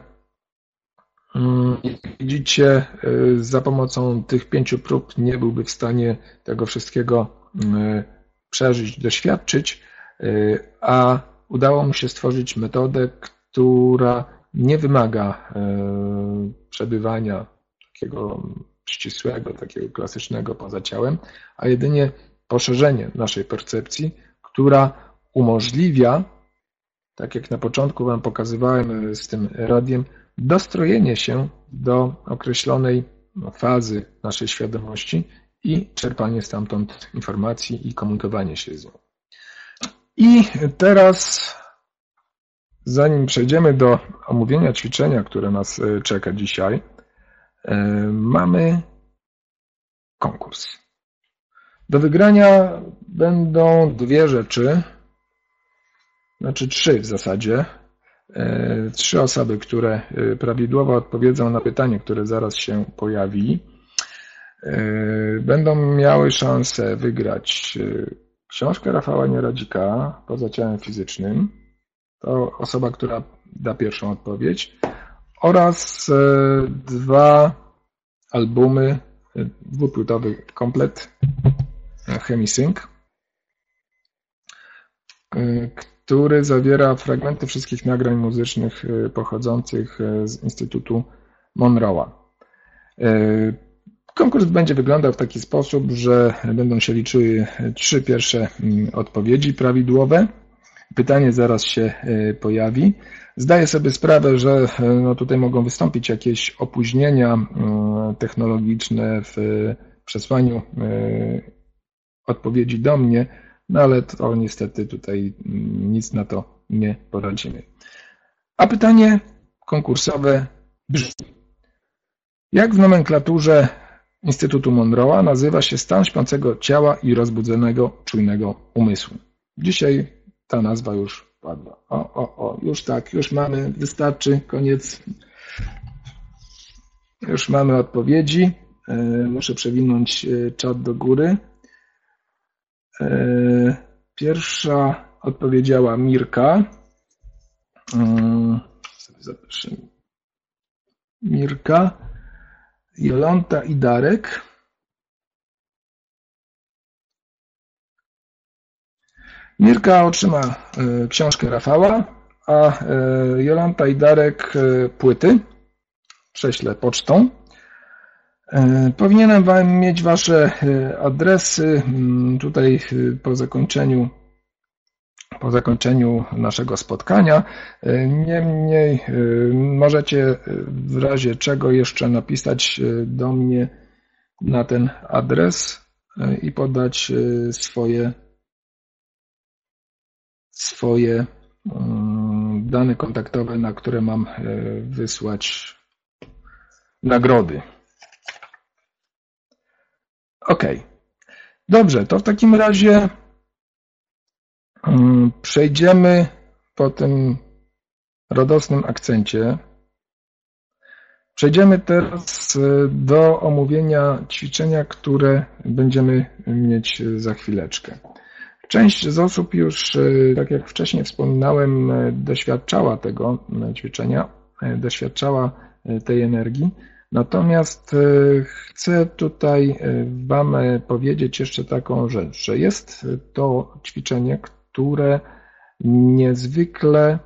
jak widzicie, za pomocą tych 5 prób nie byłby w stanie tego wszystkiego przeżyć, doświadczyć, a udało mu się stworzyć metodę, która nie wymaga przebywania takiego ścisłego, takiego klasycznego poza ciałem, a jedynie poszerzenie naszej percepcji, która umożliwia, tak jak na początku Wam pokazywałem z tym radiem, dostrojenie się do określonej fazy naszej świadomości i czerpanie stamtąd informacji i komunikowanie się z nią. I teraz, zanim przejdziemy do omówienia ćwiczenia, które nas czeka dzisiaj, mamy konkurs. Do wygrania będą 2 rzeczy, znaczy 3 w zasadzie. 3 osoby, które prawidłowo odpowiedzą na pytanie, które zaraz się pojawi, będą miały szansę wygrać książkę Rafała Nieradzika Poza ciałem fizycznym. To osoba, która da pierwszą odpowiedź. Oraz 2 albumy, 2-płytowy komplet Chemisync, który zawiera fragmenty wszystkich nagrań muzycznych pochodzących z Instytutu Monroe'a. Konkurs będzie wyglądał w taki sposób, że będą się liczyły 3 pierwsze odpowiedzi prawidłowe. Pytanie zaraz się pojawi. Zdaję sobie sprawę, że tutaj mogą wystąpić jakieś opóźnienia technologiczne w przesłaniu odpowiedzi do mnie, no ale to niestety tutaj nic na to nie poradzimy. A pytanie konkursowe brzmi: jak w nomenklaturze Instytutu Monroe'a nazywa się stan śpiącego ciała i rozbudzonego, czujnego umysłu? Dzisiaj ta nazwa już padła. Już tak, już mamy, wystarczy, koniec. Już mamy odpowiedzi. Muszę przewinąć czat do góry. Pierwsza odpowiedziała Mirka. Zapiszę. Mirka, Jolanta i Darek. Mirka otrzyma książkę Rafała, a Jolanta i Darek płyty. Prześlę pocztą. Powinienem Wam mieć Wasze adresy tutaj po zakończeniu naszego spotkania. Niemniej możecie w razie czego jeszcze napisać do mnie na ten adres i podać swoje dane kontaktowe, na które mam wysłać nagrody. Ok. Dobrze, to w takim razie przejdziemy po tym radosnym akcencie. Przejdziemy teraz do omówienia ćwiczenia, które będziemy mieć za chwileczkę. Część z osób już, tak jak wcześniej wspominałem, doświadczała tego ćwiczenia, doświadczała tej energii. Natomiast chcę tutaj Wam powiedzieć jeszcze taką rzecz, że jest to ćwiczenie, które niezwykle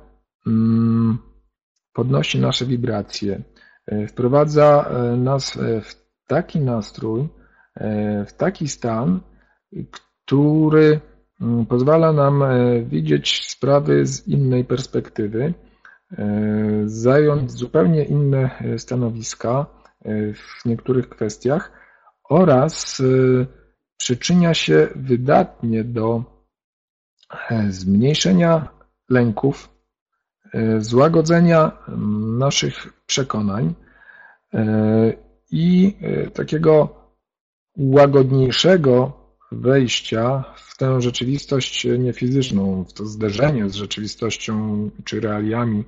podnosi nasze wibracje, wprowadza nas w taki nastrój, w taki stan, który pozwala nam widzieć sprawy z innej perspektywy, zająć zupełnie inne stanowiska w niektórych kwestiach oraz przyczynia się wydatnie do zmniejszenia lęków, złagodzenia naszych przekonań i takiego łagodniejszego wejścia w tę rzeczywistość niefizyczną, w to zderzenie z rzeczywistością czy realiami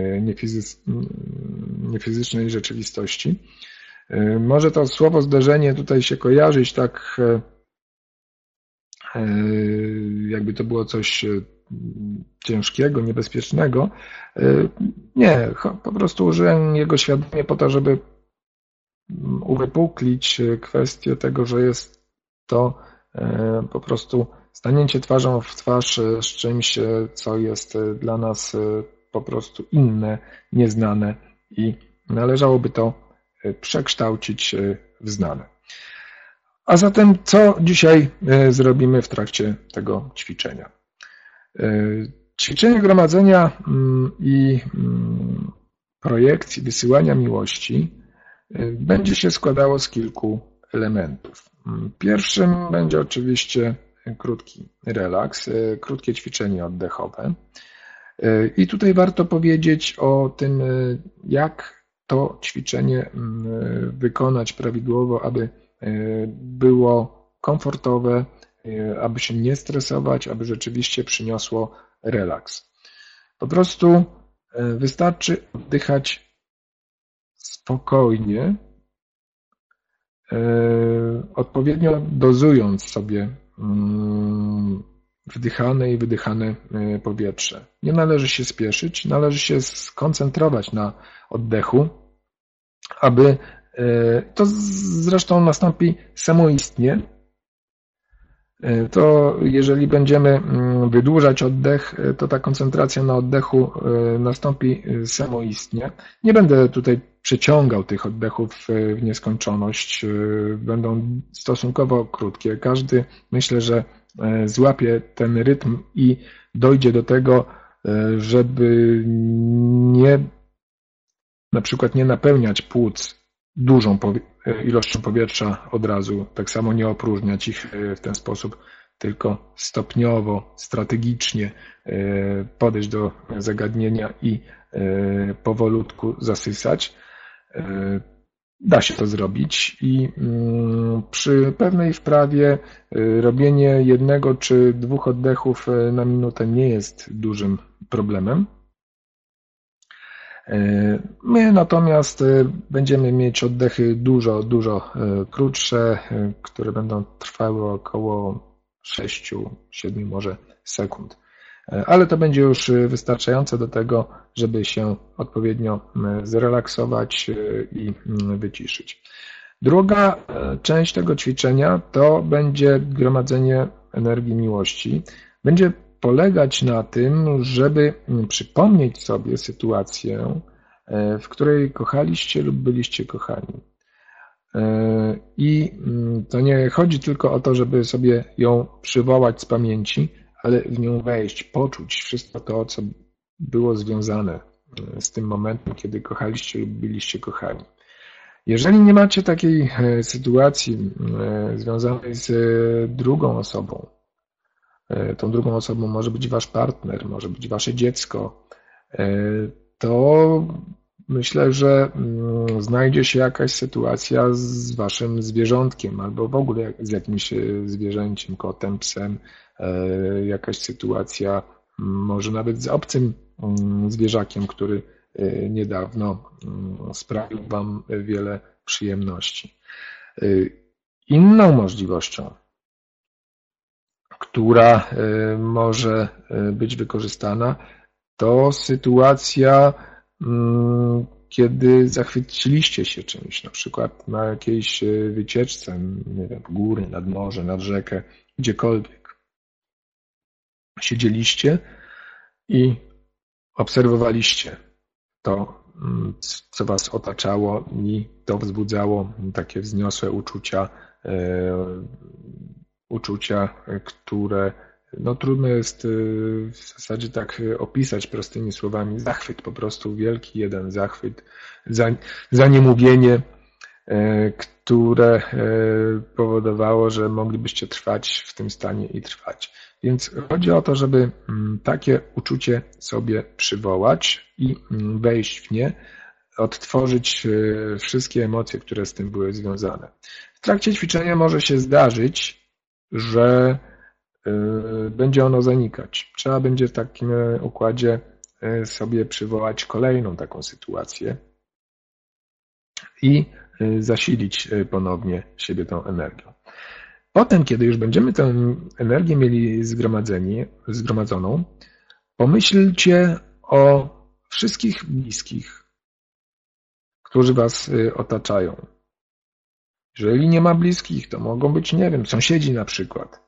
niefizycznej rzeczywistości. Może to słowo zderzenie tutaj się kojarzyć tak, jakby to było coś ciężkiego, niebezpiecznego. Nie, po prostu użyłem jego świadomie po to, żeby uwypuklić kwestię tego, że jest to po prostu stanięcie twarzą w twarz z czymś, co jest dla nas po prostu inne, nieznane i należałoby to przekształcić w znane. A zatem co dzisiaj zrobimy w trakcie tego ćwiczenia? Ćwiczenie gromadzenia i projekcji wysyłania miłości będzie się składało z kilku elementów. Pierwszym będzie oczywiście krótki relaks, krótkie ćwiczenie oddechowe. I tutaj warto powiedzieć o tym, jak to ćwiczenie wykonać prawidłowo, aby było komfortowe, aby się nie stresować, aby rzeczywiście przyniosło relaks. Po prostu wystarczy oddychać spokojnie, odpowiednio dozując sobie wdychane i wydychane powietrze. Nie należy się spieszyć, należy się skoncentrować na oddechu, aby to zresztą nastąpi samoistnie. To jeżeli będziemy wydłużać oddech, to ta koncentracja na oddechu nastąpi samoistnie. Nie będę tutaj przeciągał tych oddechów w nieskończoność. Będą stosunkowo krótkie. Każdy, myślę, że złapie ten rytm i dojdzie do tego, żeby na przykład nie napełniać płuc dużą ilością powietrza od razu, tak samo nie opróżniać ich w ten sposób, tylko stopniowo, strategicznie podejść do zagadnienia i powolutku zasysać. Da się to zrobić i przy pewnej wprawie robienie 1 czy 2 oddechów na minutę nie jest dużym problemem. My natomiast będziemy mieć oddechy dużo krótsze, które będą trwały około 6-7 może sekund. Ale to będzie już wystarczające do tego, żeby się odpowiednio zrelaksować i wyciszyć. Druga część tego ćwiczenia to będzie gromadzenie energii miłości. Będzie polegać na tym, żeby przypomnieć sobie sytuację, w której kochaliście lub byliście kochani. I to nie chodzi tylko o to, żeby sobie ją przywołać z pamięci, ale w nią wejść, poczuć wszystko to, co było związane z tym momentem, kiedy kochaliście lub byliście kochani. Jeżeli nie macie takiej sytuacji związanej z drugą osobą, tą drugą osobą może być wasz partner, może być wasze dziecko, to myślę, że znajdzie się jakaś sytuacja z waszym zwierzątkiem albo w ogóle z jakimś zwierzęciem, kotem, psem, jakaś sytuacja może nawet z obcym zwierzakiem, który niedawno sprawił wam wiele przyjemności. Inną możliwością, która może być wykorzystana, to sytuacja, kiedy zachwyciliście się czymś, na przykład na jakiejś wycieczce, nie wiem, w góry, nad morze, nad rzekę, gdziekolwiek. Siedzieliście i obserwowaliście to, co was otaczało i to wzbudzało takie wzniosłe uczucia, które trudno jest w zasadzie tak opisać prostymi słowami. Zachwyt, po prostu wielki jeden zachwyt, zaniemówienie, które powodowało, że moglibyście trwać w tym stanie i trwać. Więc chodzi o to, żeby takie uczucie sobie przywołać i wejść w nie, odtworzyć wszystkie emocje, które z tym były związane. W trakcie ćwiczenia może się zdarzyć, że będzie ono zanikać. Trzeba będzie w takim układzie sobie przywołać kolejną taką sytuację i zasilić ponownie siebie tą energią. Potem, kiedy już będziemy tę energię mieli zgromadzoną, pomyślcie o wszystkich bliskich, którzy was otaczają. Jeżeli nie ma bliskich, to mogą być, nie wiem, sąsiedzi na przykład.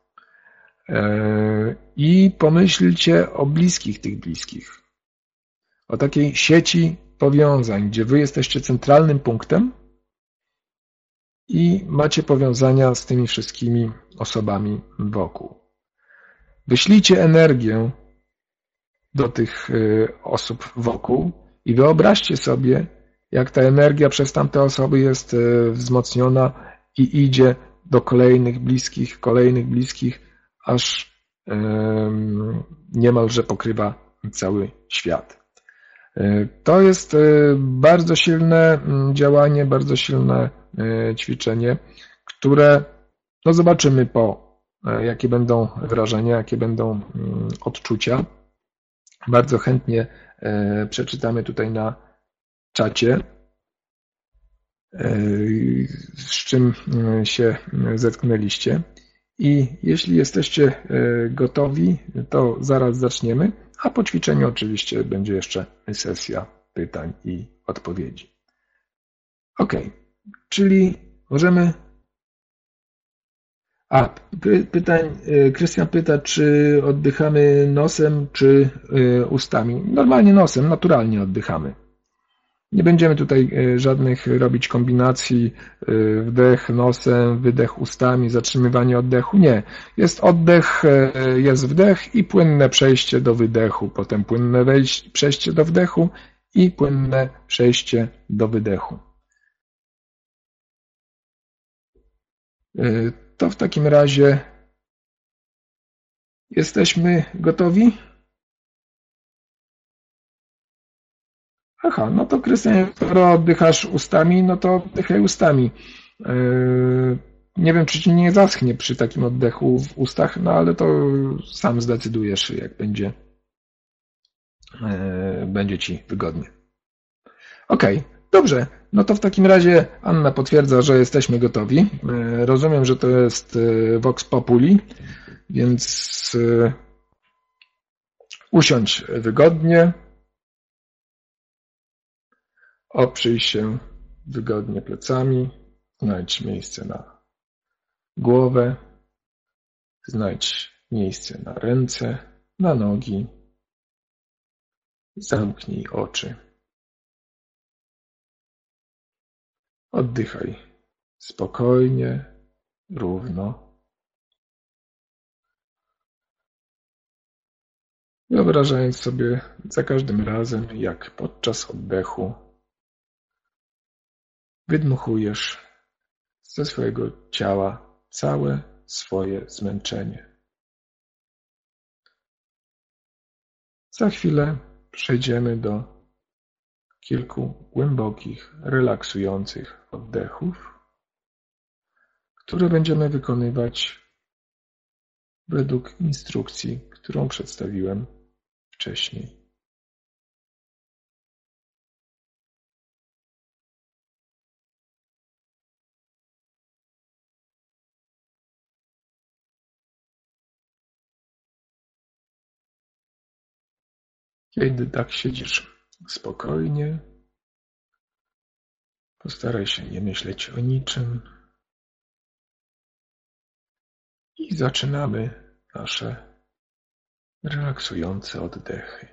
I pomyślcie o bliskich tych bliskich. O takiej sieci powiązań, gdzie wy jesteście centralnym punktem i macie powiązania z tymi wszystkimi osobami wokół. Wyślijcie energię do tych osób wokół i wyobraźcie sobie, jak ta energia przez tamte osoby jest wzmocniona i idzie do kolejnych bliskich, aż niemalże pokrywa cały świat. To jest bardzo silne działanie, bardzo silne ćwiczenie, które no zobaczymy jakie będą wrażenia, jakie będą odczucia. Bardzo chętnie przeczytamy tutaj na czacie, z czym się zetknęliście. I jeśli jesteście gotowi, to zaraz zaczniemy, a po ćwiczeniu oczywiście będzie jeszcze sesja pytań i odpowiedzi. Ok, czyli możemy... Krystian pyta, czy oddychamy nosem, czy ustami. Normalnie nosem, naturalnie oddychamy. Nie będziemy tutaj żadnych robić kombinacji, wdech nosem, wydech ustami, zatrzymywanie oddechu. Nie. Jest oddech, jest wdech i płynne przejście do wydechu. Potem płynne przejście do wdechu i płynne przejście do wydechu. To w takim razie jesteśmy gotowi? Aha, no to Krystian, skoro oddychasz ustami, no to oddychaj ustami. Nie wiem, czy ci nie zaschnie przy takim oddechu w ustach, no ale to sam zdecydujesz, jak będzie ci wygodnie. Okej, dobrze. No to w takim razie Anna potwierdza, że jesteśmy gotowi. Rozumiem, że to jest Vox Populi, więc usiądź wygodnie. Oprzyj się wygodnie plecami, znajdź miejsce na głowę, znajdź miejsce na ręce, na nogi, zamknij oczy. Oddychaj spokojnie, równo. Wyobrażając sobie za każdym razem, jak podczas oddechu wydmuchujesz ze swojego ciała całe swoje zmęczenie. Za chwilę przejdziemy do kilku głębokich, relaksujących oddechów, które będziemy wykonywać według instrukcji, którą przedstawiłem wcześniej. Kiedy tak siedzisz spokojnie, postaraj się nie myśleć o niczym i zaczynamy nasze relaksujące oddechy.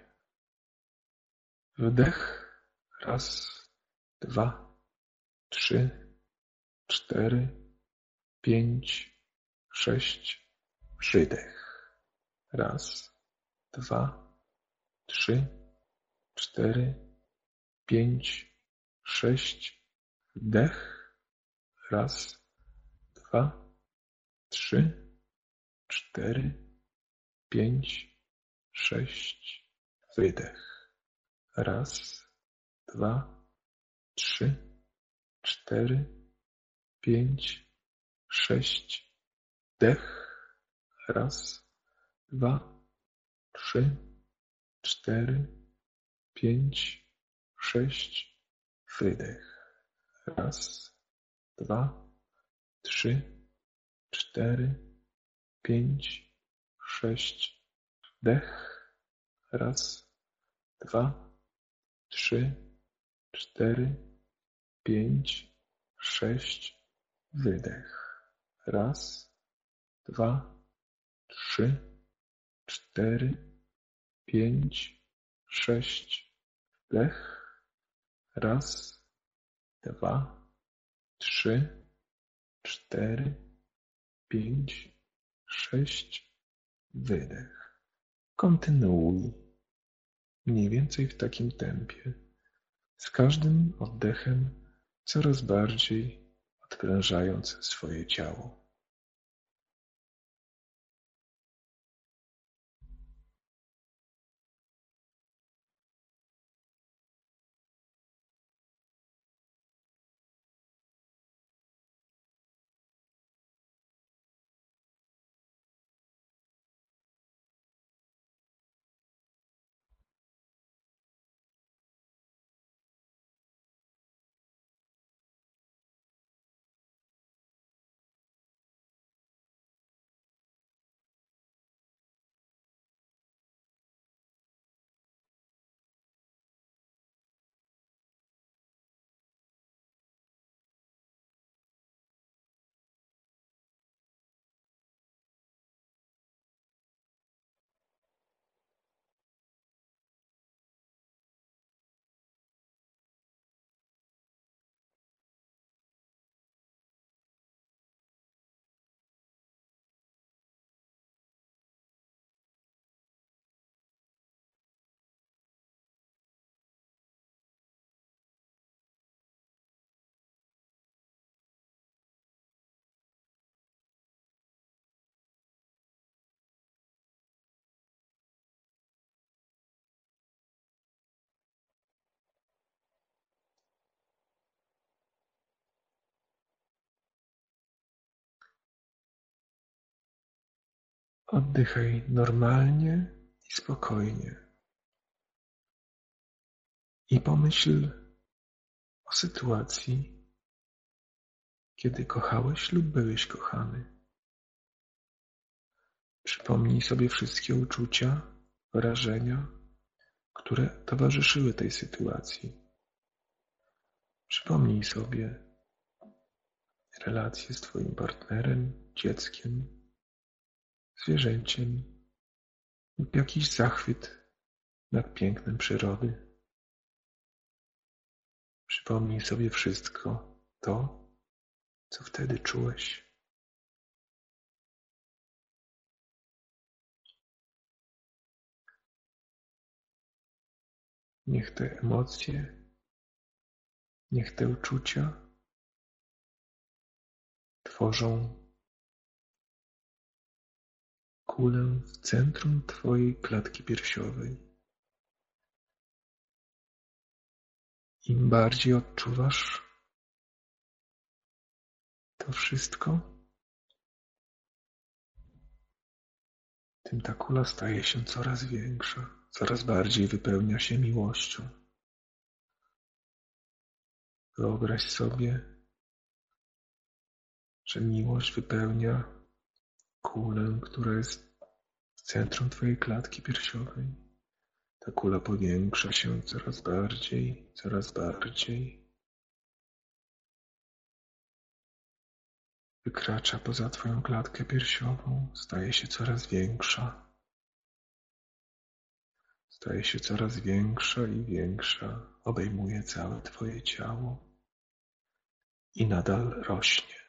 Wdech. Raz, dwa, trzy, cztery, pięć, sześć. Wydech. Raz, dwa, trzy, cztery, pięć, sześć. Wdech. Raz, dwa, trzy, cztery, pięć, sześć. Wydech. Raz, dwa, trzy, cztery, pięć, sześć. Wdech. Raz, dwa, trzy, cztery, pięć, sześć. Wydech. Raz, dwa, trzy, 4, 5, 6. Wdech. Raz, 2, 3, 4, 5, 6. Wydech. Raz, 2, 3, 4, 5, 6. Wdech. Raz, 2, 3, 4, 5, 6. Wydech. Kontynuuj. Mniej więcej w takim tempie. Z każdym oddechem coraz bardziej odprężając swoje ciało. Oddychaj normalnie i spokojnie. I pomyśl o sytuacji, kiedy kochałeś lub byłeś kochany. Przypomnij sobie wszystkie uczucia, wrażenia, które towarzyszyły tej sytuacji. Przypomnij sobie relacje z twoim partnerem, dzieckiem, zwierzęciem lub jakiś zachwyt nad pięknem przyrody. Przypomnij sobie wszystko to, co wtedy czułeś. Niech te emocje, niech te uczucia tworzą kulę w centrum twojej klatki piersiowej. Im bardziej odczuwasz to wszystko, tym ta kula staje się coraz większa, coraz bardziej wypełnia się miłością. Wyobraź sobie, że miłość wypełnia kulę, która jest w centrum twojej klatki piersiowej. Ta kula powiększa się coraz bardziej, coraz bardziej. Wykracza poza twoją klatkę piersiową, staje się coraz większa. Staje się coraz większa i większa, obejmuje całe twoje ciało i nadal rośnie.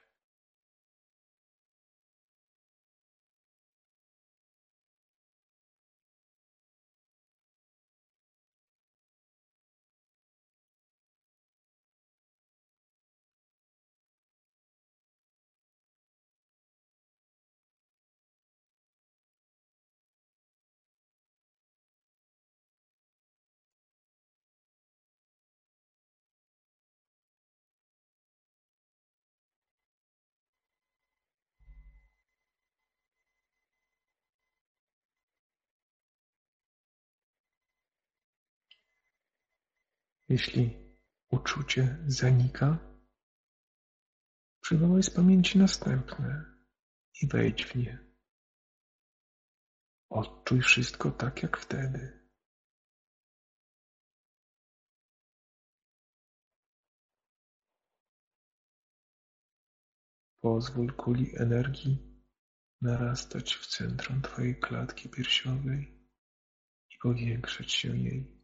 Jeśli uczucie zanika, przywołaj z pamięci następne. i wejdź w nie. Odczuj wszystko tak jak wtedy. Pozwól kuli energii narastać w centrum twojej klatki piersiowej i powiększać się jej.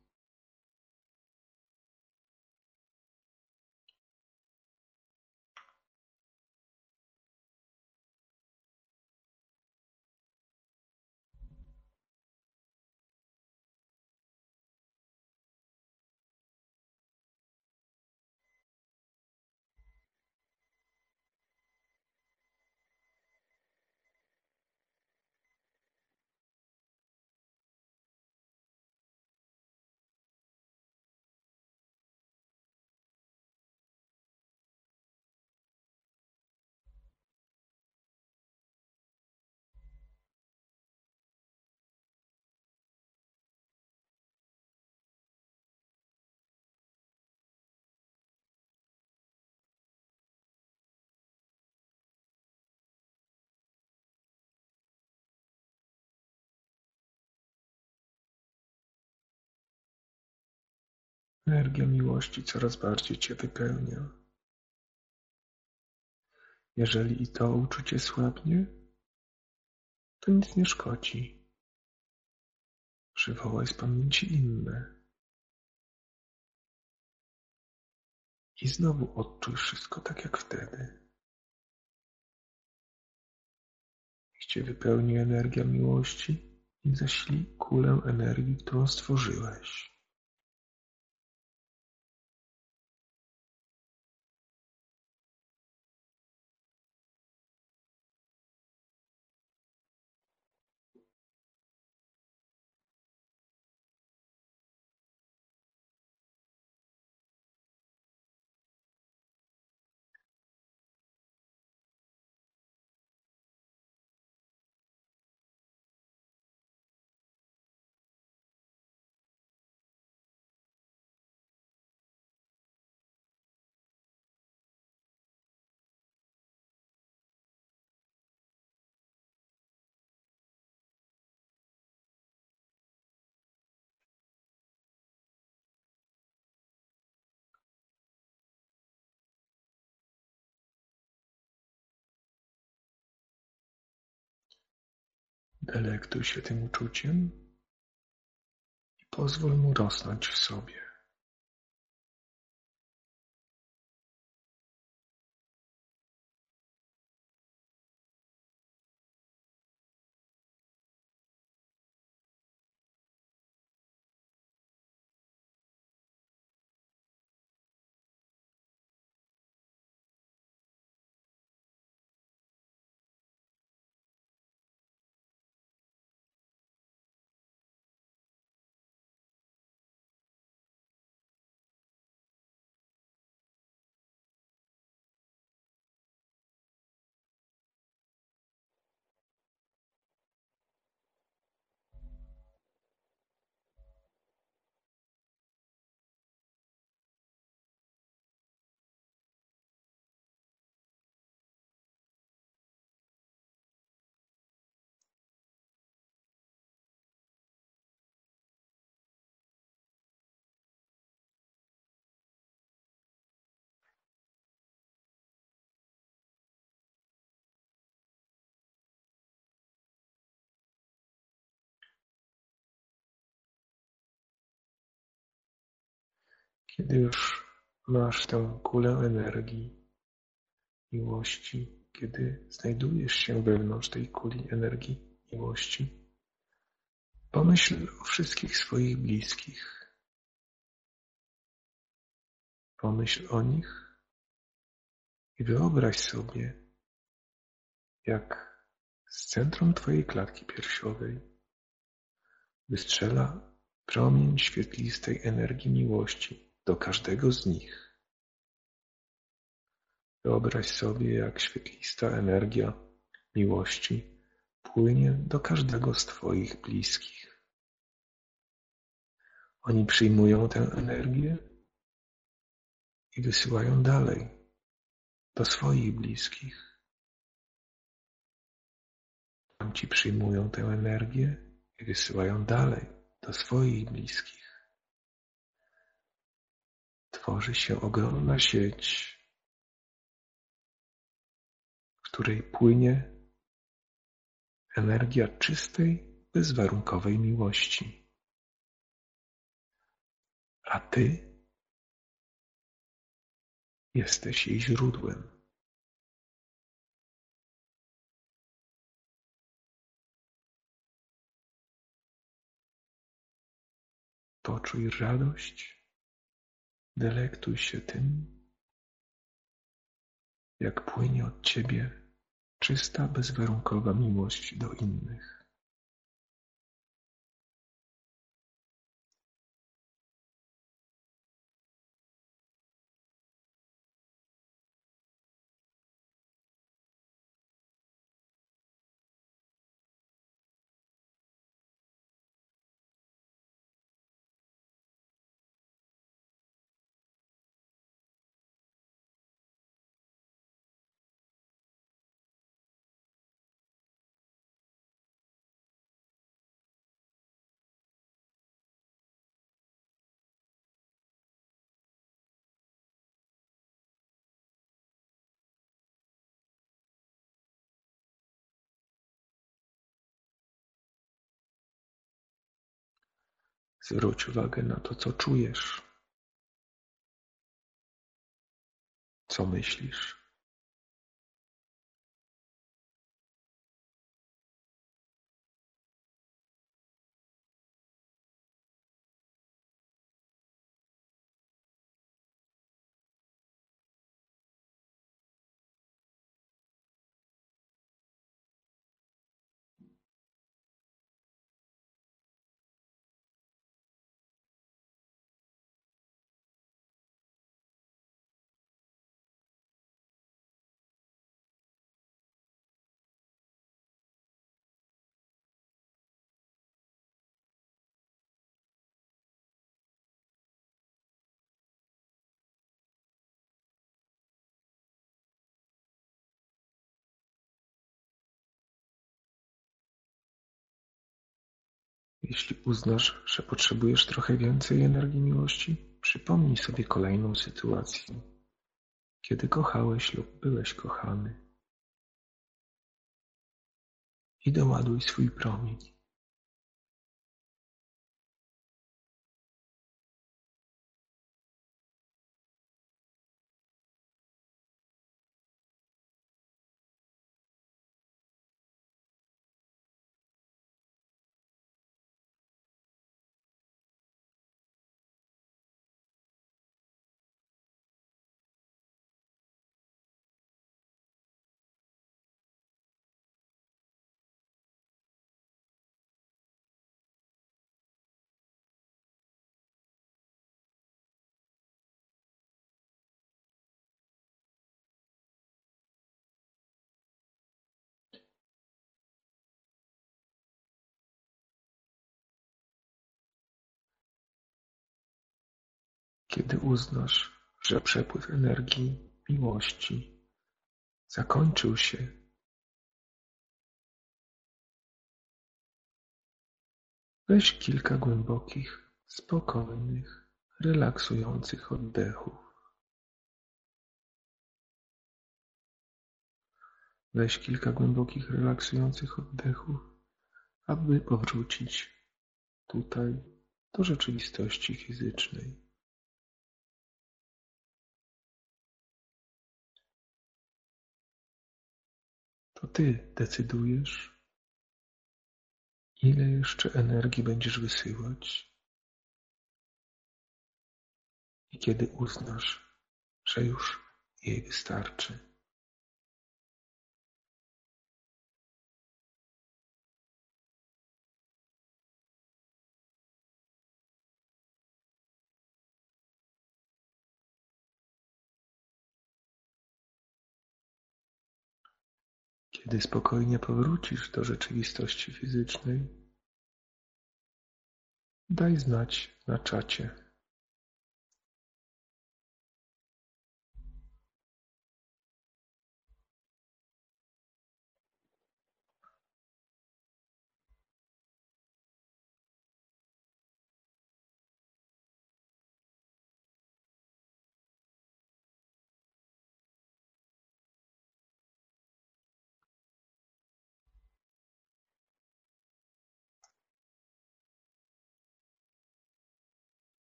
Energia miłości coraz bardziej cię wypełnia. Jeżeli i to uczucie słabnie, to nic nie szkodzi. Przywołaj z pamięci inne. I znowu odczuj wszystko tak jak wtedy. Niech cię wypełni energia miłości i zasili kulę energii, którą stworzyłeś. Delektuj się tym uczuciem i pozwól mu rosnąć w sobie. Kiedy już masz tę kulę energii, miłości, kiedy znajdujesz się wewnątrz tej kuli energii, miłości, pomyśl o wszystkich swoich bliskich. Pomyśl o nich i wyobraź sobie, jak z centrum twojej klatki piersiowej wystrzela promień świetlistej energii miłości do każdego z nich. Wyobraź sobie, jak świetlista energia miłości płynie do każdego z twoich bliskich. Oni przyjmują tę energię i wysyłają dalej do swoich bliskich. Ci przyjmują tę energię i wysyłają dalej do swoich bliskich. Tworzy się ogromna sieć, w której płynie energia czystej, bezwarunkowej miłości. A Ty jesteś jej źródłem. Poczuj radość, delektuj się tym, jak płynie od Ciebie czysta, bezwarunkowa miłość do innych. Zwróć uwagę na to, co czujesz, co myślisz. Jeśli uznasz, że potrzebujesz trochę więcej energii miłości, przypomnij sobie kolejną sytuację, kiedy kochałeś lub byłeś kochany i doładuj swój promień. Kiedy uznasz, że przepływ energii miłości zakończył się, weź kilka głębokich, spokojnych, relaksujących oddechów. Weź kilka głębokich, relaksujących oddechów, aby powrócić tutaj do rzeczywistości fizycznej. To Ty decydujesz, ile jeszcze energii będziesz wysyłać i kiedy uznasz, że już jej wystarczy. Kiedy spokojnie powrócisz do rzeczywistości fizycznej, daj znać na czacie.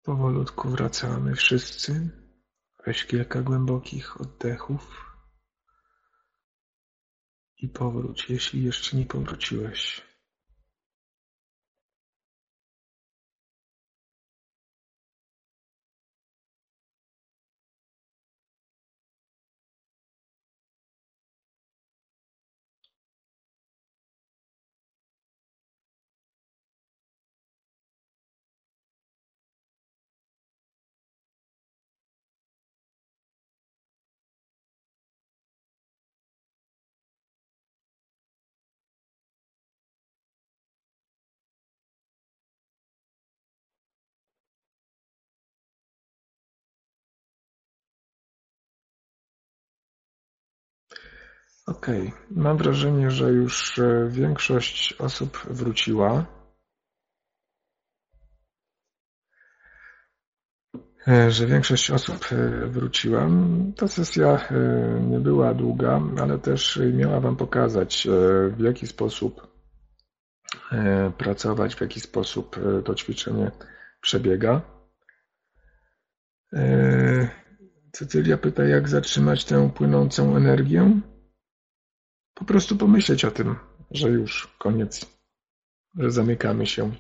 Powolutku wracamy wszyscy. Weź kilka głębokich oddechów i powróć, jeśli jeszcze nie powróciłeś. Okej, mam wrażenie, że już większość osób wróciła. Ta sesja nie była długa, ale też miała Wam pokazać, w jaki sposób pracować, w jaki sposób to ćwiczenie przebiega. Cecylia pyta, jak zatrzymać tę płynącą energię? Po prostu pomyśleć o tym, że już koniec, że zamykamy się.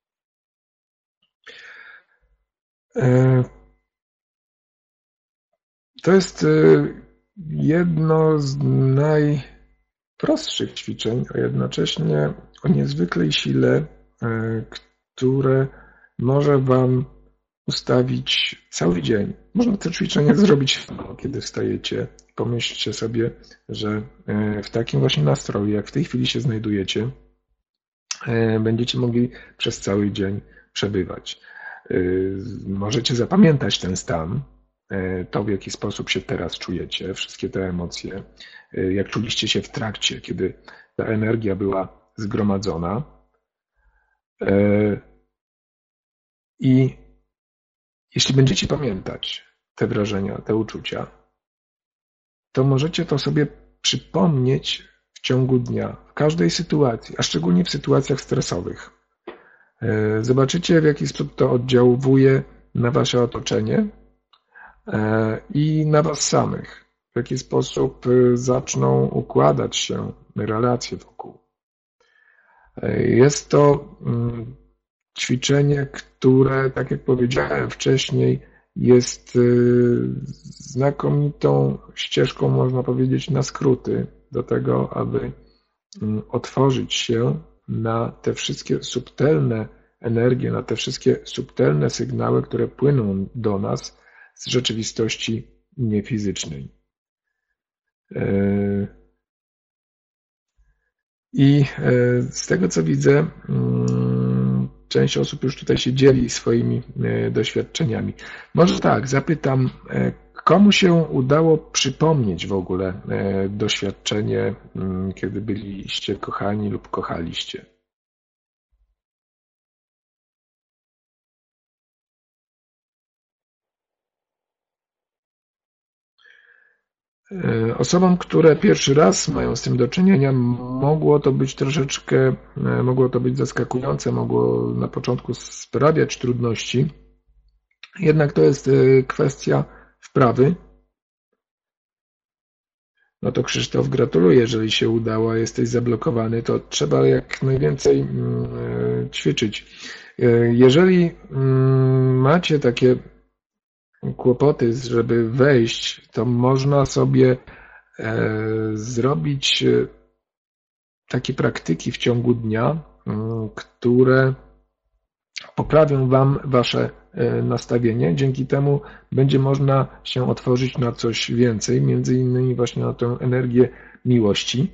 To jest jedno z najprostszych ćwiczeń, a jednocześnie o niezwykłej sile, które może Wam ustawić cały dzień. Można to ćwiczenie zrobić, kiedy wstajecie. Pomyślcie sobie, że w takim właśnie nastroju, jak w tej chwili się znajdujecie, będziecie mogli przez cały dzień przebywać. Możecie zapamiętać ten stan, to w jaki sposób się teraz czujecie, wszystkie te emocje, jak czuliście się w trakcie, kiedy ta energia była zgromadzona. I jeśli będziecie pamiętać te wrażenia, te uczucia, to możecie to sobie przypomnieć w ciągu dnia, w każdej sytuacji, a szczególnie w sytuacjach stresowych. Zobaczycie, w jaki sposób to oddziałuje na wasze otoczenie i na was samych. W jaki sposób zaczną układać się relacje wokół. Jest to ćwiczenie, które, tak jak powiedziałem wcześniej, jest znakomitą ścieżką, można powiedzieć, na skróty do tego, aby otworzyć się na te wszystkie subtelne energie, na te wszystkie subtelne sygnały, które płyną do nas z rzeczywistości niefizycznej. I z tego, co widzę, część osób już tutaj się dzieli swoimi doświadczeniami. Może tak, zapytam, komu się udało przypomnieć w ogóle doświadczenie, kiedy byliście kochani lub kochaliście? Osobom, które pierwszy raz mają z tym do czynienia, mogło to być zaskakujące, mogło na początku sprawiać trudności. Jednak to jest kwestia wprawy. No to Krzysztof, gratuluję, jeżeli się udało, jesteś zablokowany, to trzeba jak najwięcej ćwiczyć. Jeżeli macie takie kłopoty, żeby wejść, to można sobie zrobić takie praktyki w ciągu dnia, które poprawią Wam Wasze nastawienie. Dzięki temu będzie można się otworzyć na coś więcej, między innymi właśnie na tę energię miłości.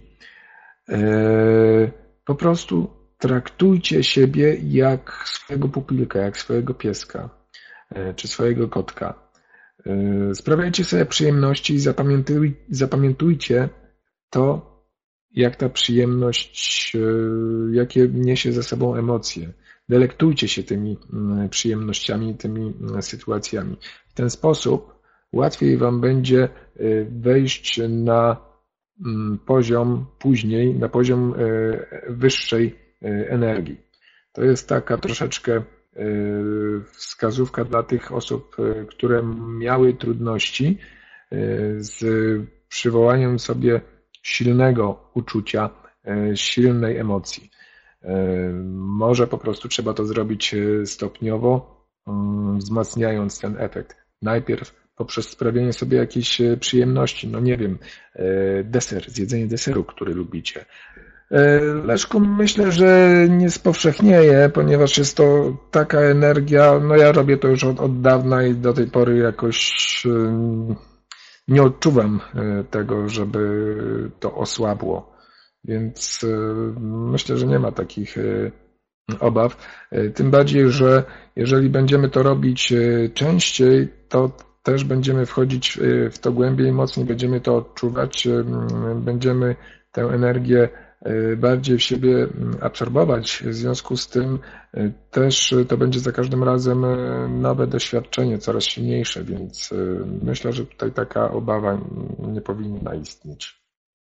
Po prostu traktujcie siebie jak swojego pupilka, jak swojego pieska czy swojego kotka. Sprawiajcie sobie przyjemności i zapamiętujcie to, jak ta przyjemność, jakie niesie ze sobą emocje. Delektujcie się tymi przyjemnościami, tymi sytuacjami. W ten sposób łatwiej Wam będzie wejść na poziom wyższej energii. To jest taka troszeczkę wskazówka dla tych osób, które miały trudności z przywołaniem sobie silnego uczucia, silnej emocji. Może po prostu trzeba to zrobić stopniowo, wzmacniając ten efekt. Najpierw poprzez sprawienie sobie jakiejś przyjemności, no nie wiem, zjedzenie deseru, który lubicie. Leszku, myślę, że nie spowszechnieje, ponieważ jest to taka energia, no ja robię to już od dawna i do tej pory jakoś nie odczuwam tego, żeby to osłabło, więc myślę, że nie ma takich obaw. Tym bardziej, że jeżeli będziemy to robić częściej, to też będziemy wchodzić w to głębiej, mocniej będziemy to odczuwać, będziemy tę energię bardziej w siebie absorbować. W związku z tym też to będzie za każdym razem nowe doświadczenie, coraz silniejsze, więc myślę, że tutaj taka obawa nie powinna istnieć.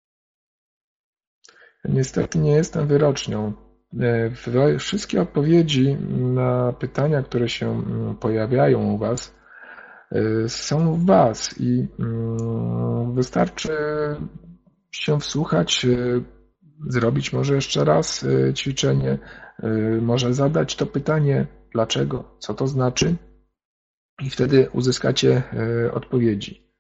Niestety nie jestem wyrocznią. Wszystkie odpowiedzi na pytania, które się pojawiają u Was, są w Was i wystarczy się wsłuchać, zrobić może jeszcze raz ćwiczenie, może zadać to pytanie, dlaczego, co to znaczy, i wtedy uzyskacie odpowiedzi.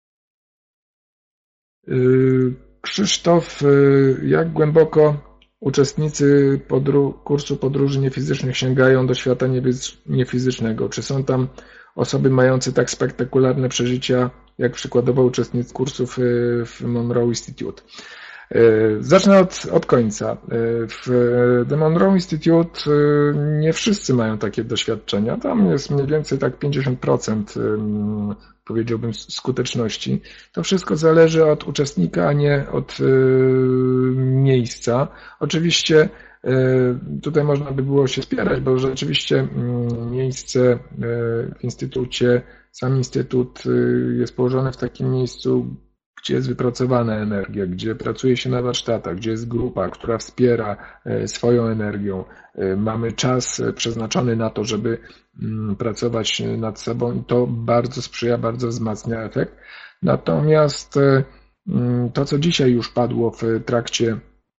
Krzysztof, jak głęboko uczestnicy kursu podróży niefizycznych sięgają do świata niefizycznego? Czy są tam osoby mające tak spektakularne przeżycia, jak przykładowo uczestnicy kursów w Monroe Institute? Zacznę od końca. W The Monroe Institute nie wszyscy mają takie doświadczenia. Tam jest mniej więcej tak 50%, powiedziałbym, skuteczności. To wszystko zależy od uczestnika, a nie od miejsca. Oczywiście tutaj można by było się spierać, bo rzeczywiście miejsce w instytucie, sam instytut jest położony w takim miejscu, gdzie jest wypracowana energia, gdzie pracuje się na warsztatach, gdzie jest grupa, która wspiera swoją energią. Mamy czas przeznaczony na to, żeby pracować nad sobą i to bardzo sprzyja, bardzo wzmacnia efekt. Natomiast to, co dzisiaj już padło w trakcie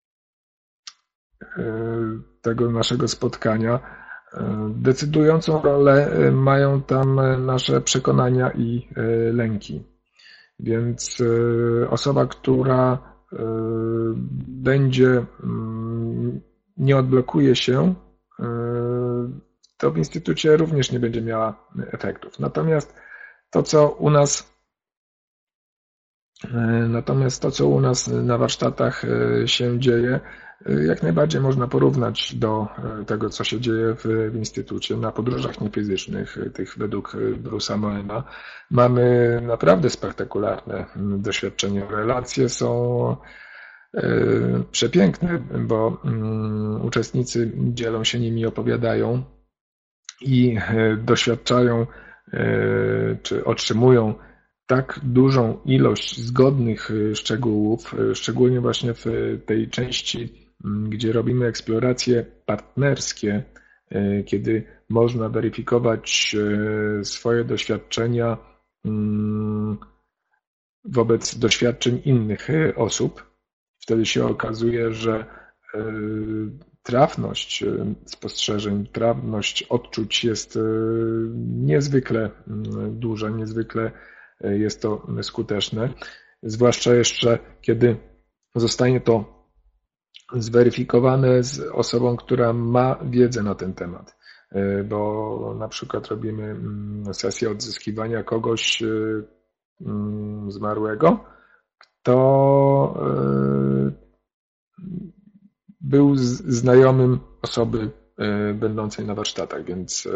tego naszego spotkania, decydującą rolę mają tam nasze przekonania i lęki. Więc osoba, która nie odblokuje się, to w instytucie również nie będzie miała efektów. Natomiast to, co u nas na warsztatach się dzieje, jak najbardziej można porównać do tego, co się dzieje w instytucie na podróżach niefizycznych, tych według Bruce'a Moema. Mamy naprawdę spektakularne doświadczenia. Relacje są przepiękne, bo uczestnicy dzielą się nimi, opowiadają i doświadczają czy otrzymują tak dużą ilość zgodnych szczegółów, szczególnie właśnie w tej części, gdzie robimy eksploracje partnerskie, kiedy można weryfikować swoje doświadczenia wobec doświadczeń innych osób. Wtedy się okazuje, że trafność spostrzeżeń, trafność odczuć jest niezwykle duża, niezwykle jest to skuteczne, zwłaszcza jeszcze kiedy zostanie to zweryfikowane z osobą, która ma wiedzę na ten temat, bo na przykład robimy sesję odzyskiwania kogoś zmarłego, kto był znajomym osoby będącej na warsztatach, więc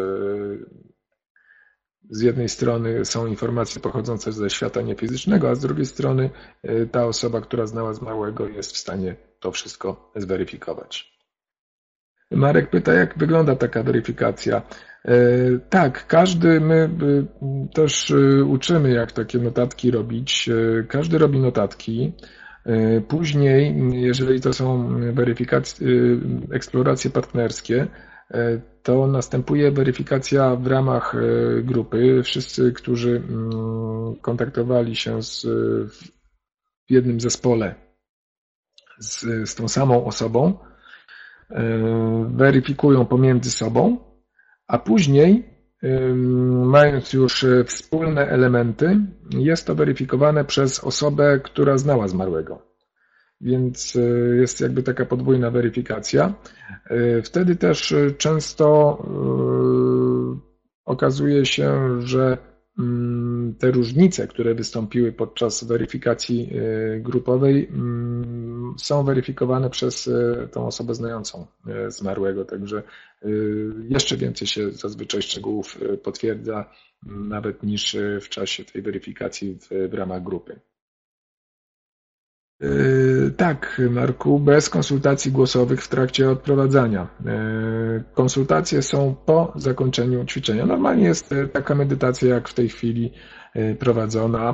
z jednej strony są informacje pochodzące ze świata niefizycznego, a z drugiej strony ta osoba, która znała zmarłego, jest w stanie to wszystko zweryfikować. Marek pyta, jak wygląda taka weryfikacja. Tak, my też uczymy, jak takie notatki robić. Każdy robi notatki. Później, jeżeli to są eksploracje partnerskie, to następuje weryfikacja w ramach grupy. Wszyscy, którzy kontaktowali się w jednym zespole z tą samą osobą, weryfikują pomiędzy sobą, a później, mając już wspólne elementy, jest to weryfikowane przez osobę, która znała zmarłego. Więc jest jakby taka podwójna weryfikacja. Wtedy też często okazuje się, że te różnice, które wystąpiły podczas weryfikacji grupowej, są weryfikowane przez tą osobę znającą zmarłego, także jeszcze więcej się zazwyczaj szczegółów potwierdza nawet niż w czasie tej weryfikacji w ramach grupy. Tak, Marku, bez konsultacji głosowych w trakcie odprowadzania. Konsultacje są po zakończeniu ćwiczenia. Normalnie jest taka medytacja, jak w tej chwili prowadzona.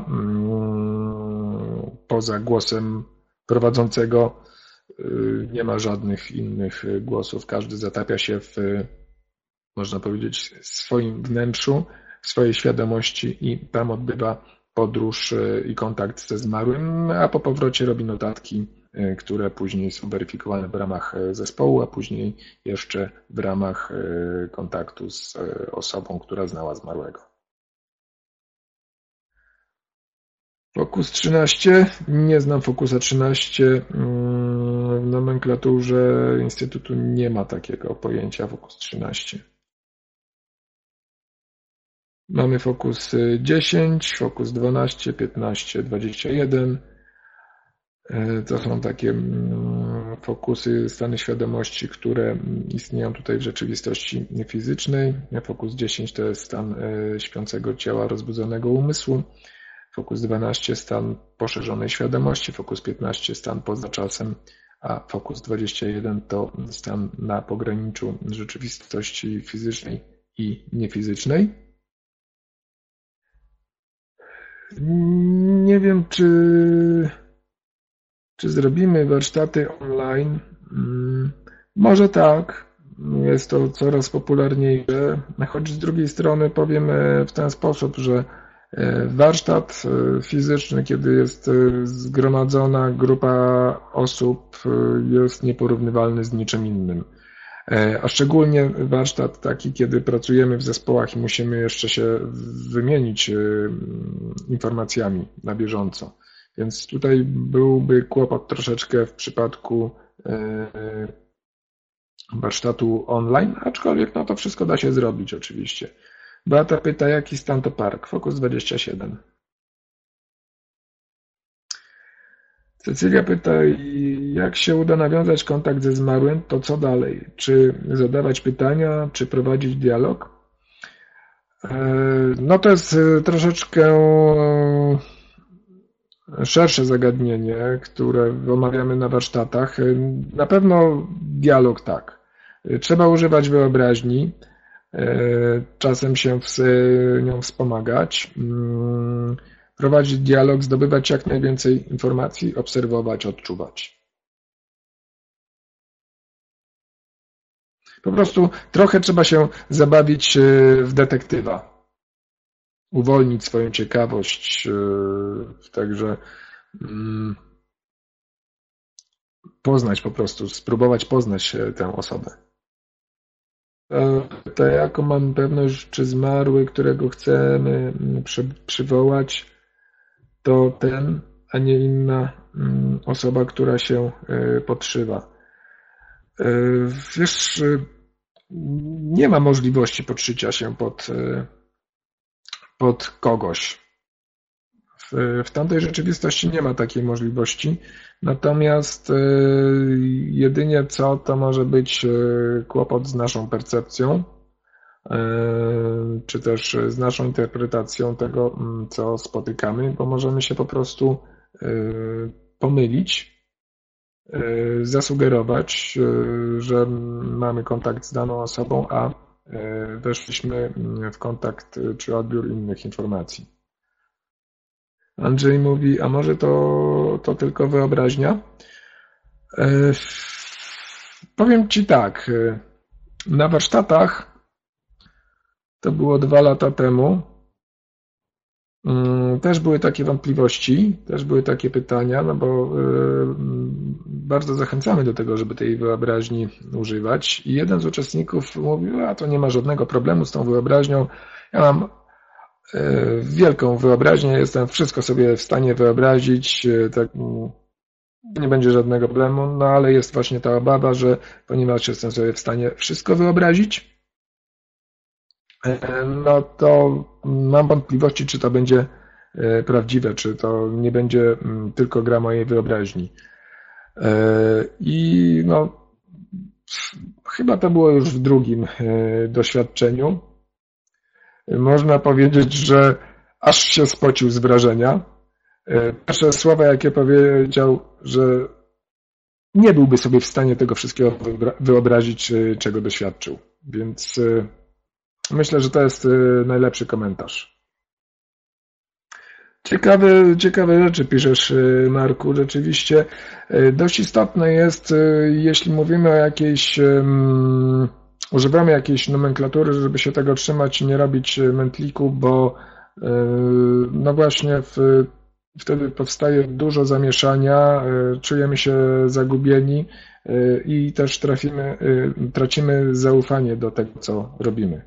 Poza głosem prowadzącego nie ma żadnych innych głosów. Każdy zatapia się w, można powiedzieć, swoim wnętrzu, w swojej świadomości i tam odbywa podróż i kontakt ze zmarłym, a po powrocie robi notatki, które później są weryfikowane w ramach zespołu, a później jeszcze w ramach kontaktu z osobą, która znała zmarłego. Fokus 13. Nie znam Fokusa 13. W nomenklaturze Instytutu nie ma takiego pojęcia Fokus 13. Mamy Fokus 10, Fokus 12, 15, 21. To są takie fokusy, stany świadomości, które istnieją tutaj w rzeczywistości fizycznej. Fokus 10 to jest stan śpiącego ciała, rozbudzonego umysłu. Fokus 12 stan poszerzonej świadomości, Fokus 15 stan poza czasem, a Fokus 21 to stan na pograniczu rzeczywistości fizycznej i niefizycznej. Nie wiem, czy zrobimy warsztaty online. Może tak, jest to coraz popularniejsze, choć z drugiej strony powiem w ten sposób, że warsztat fizyczny, kiedy jest zgromadzona grupa osób, jest nieporównywalny z niczym innym. A szczególnie warsztat taki, kiedy pracujemy w zespołach i musimy jeszcze się wymienić informacjami na bieżąco. Więc tutaj byłby kłopot troszeczkę w przypadku warsztatu online, aczkolwiek no to wszystko da się zrobić oczywiście. Beata pyta, jaki stan to park? Fokus 27. Cecylia pyta, jak się uda nawiązać kontakt ze zmarłym, to co dalej? Czy zadawać pytania, czy prowadzić dialog? No to jest troszeczkę szersze zagadnienie, które omawiamy na warsztatach. Na pewno dialog tak. Trzeba używać wyobraźni, czasem się nią wspomagać, prowadzić dialog, zdobywać jak najwięcej informacji, obserwować, odczuwać. Po prostu trochę trzeba się zabawić w detektywa, uwolnić swoją ciekawość, także poznać po prostu, spróbować poznać tę osobę. To jaką mamy pewność, czy zmarły, którego chcemy przywołać, to ten, a nie inna osoba, która się podszywa. Wiesz, nie ma możliwości podszycia się pod kogoś. W tamtej rzeczywistości nie ma takiej możliwości, natomiast jedynie co to może być kłopot z naszą percepcją, czy też z naszą interpretacją tego, co spotykamy, bo możemy się po prostu pomylić, zasugerować, że mamy kontakt z daną osobą, a weszliśmy w kontakt czy odbiór innych informacji. Andrzej mówi, a może to tylko wyobraźnia? Powiem Ci tak, Na warsztatach, to było 2 lata temu, też były takie wątpliwości, też były takie pytania, no bo bardzo zachęcamy do tego, żeby tej wyobraźni używać. I jeden z uczestników mówił, a to nie ma żadnego problemu z tą wyobraźnią. Ja mam wielką wyobraźnię, jestem wszystko sobie w stanie wyobrazić, tak, nie będzie żadnego problemu, no ale jest właśnie ta obawa, że ponieważ jestem sobie w stanie wszystko wyobrazić, no to mam wątpliwości, czy to będzie prawdziwe, czy to nie będzie tylko gra mojej wyobraźni. I no, chyba to było już w drugim doświadczeniu. Można powiedzieć, że aż się spocił z wrażenia. Pierwsze słowa, jakie powiedział, że nie byłby sobie w stanie tego wszystkiego wyobrazić, czego doświadczył. Więc myślę, że to jest najlepszy komentarz. Ciekawe rzeczy piszesz, Marku. Rzeczywiście dość istotne jest, jeśli mówimy o jakiejś, używamy jakiejś nomenklatury, żeby się tego trzymać i nie robić mętliku, bo no właśnie wtedy powstaje dużo zamieszania, czujemy się zagubieni i też tracimy zaufanie do tego, co robimy.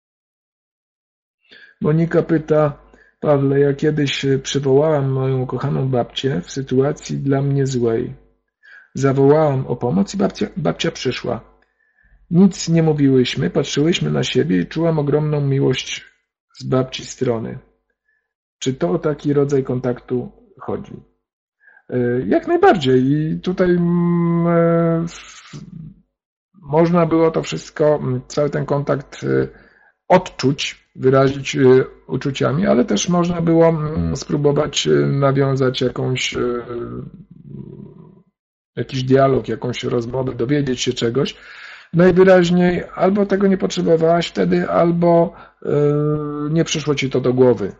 Monika pyta, Pawle, ja kiedyś przywołałam moją ukochaną babcię w sytuacji dla mnie złej. Zawołałam o pomoc i babcia przyszła. Nic nie mówiłyśmy, patrzyłyśmy na siebie i czułam ogromną miłość z babci strony. Czy to o taki rodzaj kontaktu chodzi? Jak najbardziej. I tutaj można było to wszystko, cały ten kontakt odczuć, wyrazić uczuciami, ale też można było spróbować nawiązać jakiś dialog, jakąś rozmowę, dowiedzieć się czegoś. Najwyraźniej albo tego nie potrzebowałaś wtedy, albo nie przyszło ci to do głowy.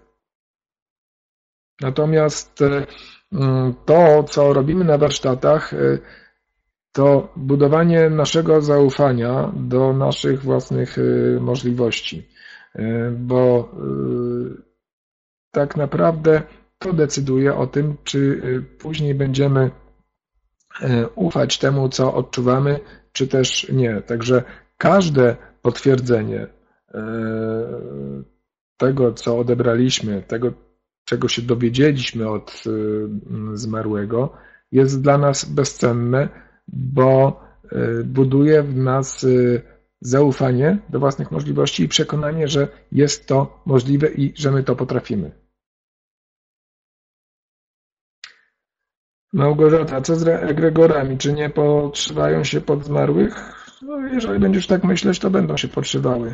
Natomiast to, co robimy na warsztatach, to budowanie naszego zaufania do naszych własnych możliwości, bo tak naprawdę to decyduje o tym, czy później będziemy ufać temu, co odczuwamy, czy też nie. Także każde potwierdzenie tego, co odebraliśmy, tego, czego się dowiedzieliśmy od zmarłego, jest dla nas bezcenne, bo buduje w nas zaufanie do własnych możliwości i przekonanie, że jest to możliwe i że my to potrafimy. Małgorzata, co z egregorami? Czy nie podszywają się pod zmarłych? No, jeżeli będziesz tak myśleć, to będą się podszywały.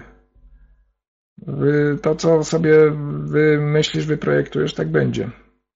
To, co sobie wymyślisz, wyprojektujesz, tak będzie.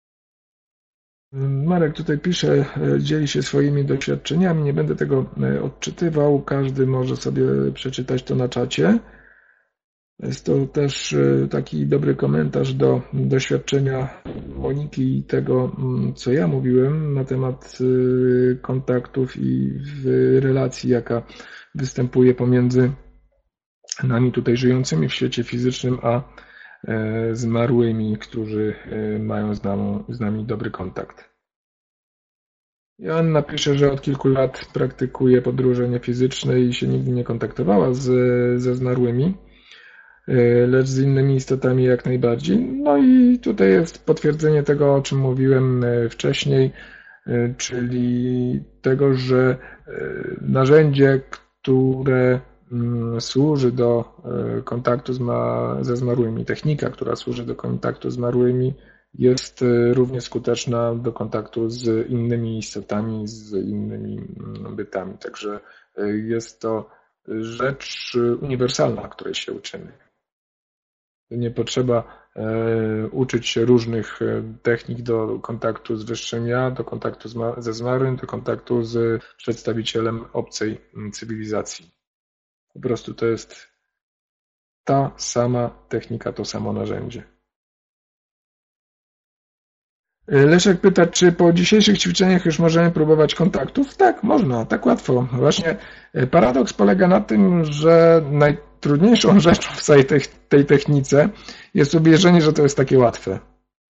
Marek tutaj pisze, dzieli się swoimi doświadczeniami, nie będę tego odczytywał, każdy może sobie przeczytać to na czacie. Jest to też taki dobry komentarz do doświadczenia Moniki i tego, co ja mówiłem na temat kontaktów i relacji, jaka występuje pomiędzy nami tutaj żyjącymi w świecie fizycznym, a zmarłymi, którzy mają z nami dobry kontakt. Joanna pisze, że od kilku lat praktykuje podróże niefizyczne i się nigdy nie kontaktowała ze zmarłymi, lecz z innymi istotami jak najbardziej. No i tutaj jest potwierdzenie tego, o czym mówiłem wcześniej, czyli tego, że narzędzie, które służy do kontaktu ze zmarłymi, technika, która służy do kontaktu z zmarłymi, jest równie skuteczna do kontaktu z innymi istotami, z innymi bytami. Także jest to rzecz uniwersalna, której się uczymy. Nie potrzeba uczyć się różnych technik do kontaktu z wyższym ja, do kontaktu ze zmarłym, do kontaktu z przedstawicielem obcej cywilizacji. Po prostu to jest ta sama technika, to samo narzędzie. Leszek pyta, czy po dzisiejszych ćwiczeniach już możemy próbować kontaktów? Tak, można, tak łatwo. Właśnie paradoks polega na tym, że najtrudniejszą rzeczą w całej tej technice jest uwierzenie, że to jest takie łatwe.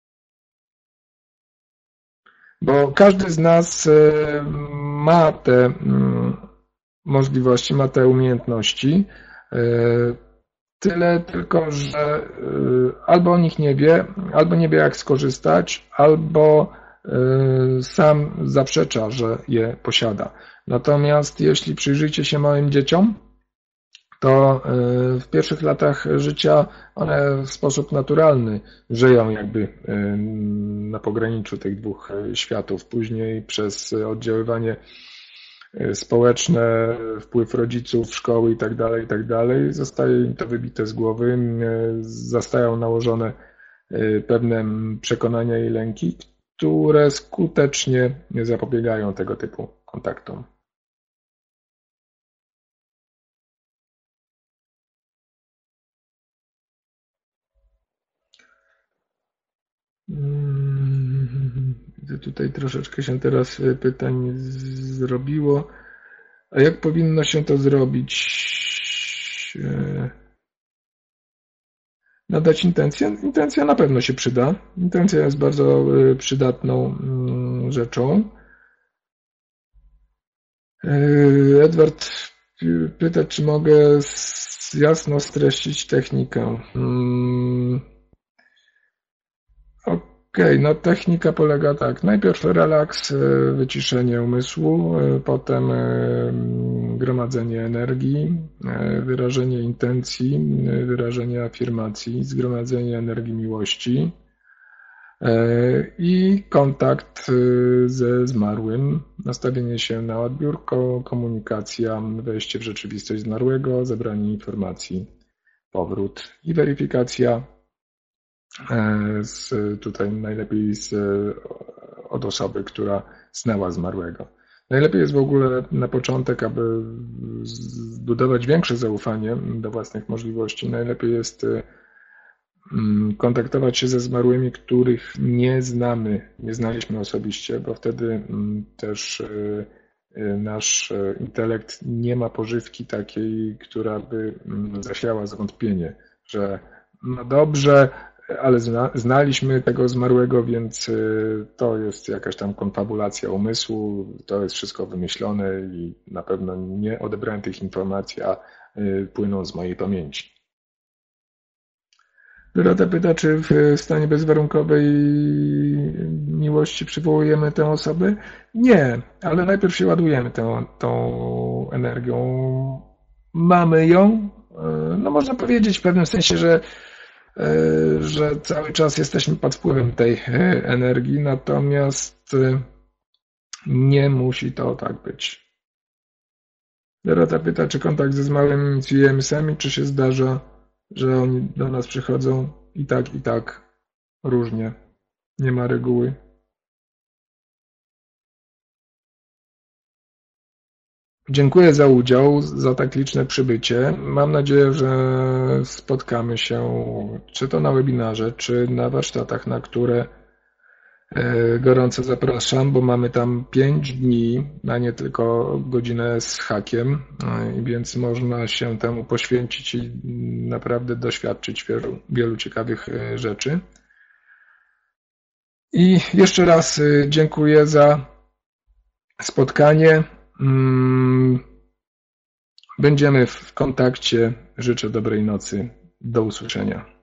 Bo każdy z nas ma te możliwości, ma te umiejętności, tyle tylko, że albo o nich nie wie, albo nie wie jak skorzystać, albo sam zaprzecza, że je posiada. Natomiast jeśli przyjrzycie się małym dzieciom, to w pierwszych latach życia one w sposób naturalny żyją jakby na pograniczu tych dwóch światów. Później przez oddziaływanie społeczne, wpływ rodziców, szkoły itd., zostaje im to wybite z głowy, zostają nałożone pewne przekonania i lęki, które skutecznie zapobiegają tego typu kontaktom. Tutaj troszeczkę się teraz pytań zrobiło. A jak powinno się to zrobić? Nadać intencję? Intencja na pewno się przyda. Intencja jest bardzo przydatną rzeczą. Edward pyta, czy mogę jasno streścić technikę. Okej, no technika polega tak. Najpierw relaks, wyciszenie umysłu, potem gromadzenie energii, wyrażenie intencji, wyrażenie afirmacji, zgromadzenie energii miłości i kontakt ze zmarłym, nastawienie się na odbiór, komunikacja, wejście w rzeczywistość zmarłego, zebranie informacji, powrót i weryfikacja. Tutaj najlepiej od osoby, która znała zmarłego. Najlepiej jest w ogóle na początek, aby zbudować większe zaufanie do własnych możliwości. Najlepiej jest kontaktować się ze zmarłymi, których nie znamy, nie znaliśmy osobiście, bo wtedy też nasz intelekt nie ma pożywki takiej, która by zasiała zwątpienie, że no dobrze, ale znaliśmy tego zmarłego, więc to jest jakaś tam konfabulacja umysłu, to jest wszystko wymyślone i na pewno nie odebrałem tych informacji, a płyną z mojej pamięci. Dorota pyta, czy w stanie bezwarunkowej miłości przywołujemy tę osobę? Nie, ale najpierw się ładujemy tą energią. Mamy ją, no można powiedzieć w pewnym sensie, że cały czas jesteśmy pod wpływem tej energii, natomiast nie musi to tak być. Dorota pyta, czy kontakt ze zmarłymi inicjujemy sami, czy się zdarza, że oni do nas przychodzą i tak, różnie. Nie ma reguły. Dziękuję za udział, za tak liczne przybycie. Mam nadzieję, że spotkamy się czy to na webinarze, czy na warsztatach, na które gorąco zapraszam, bo mamy tam 5 dni, a nie tylko godzinę z hakiem, więc można się temu poświęcić i naprawdę doświadczyć wielu ciekawych rzeczy. I jeszcze raz dziękuję za spotkanie. Będziemy w kontakcie. Życzę dobrej nocy. Do usłyszenia.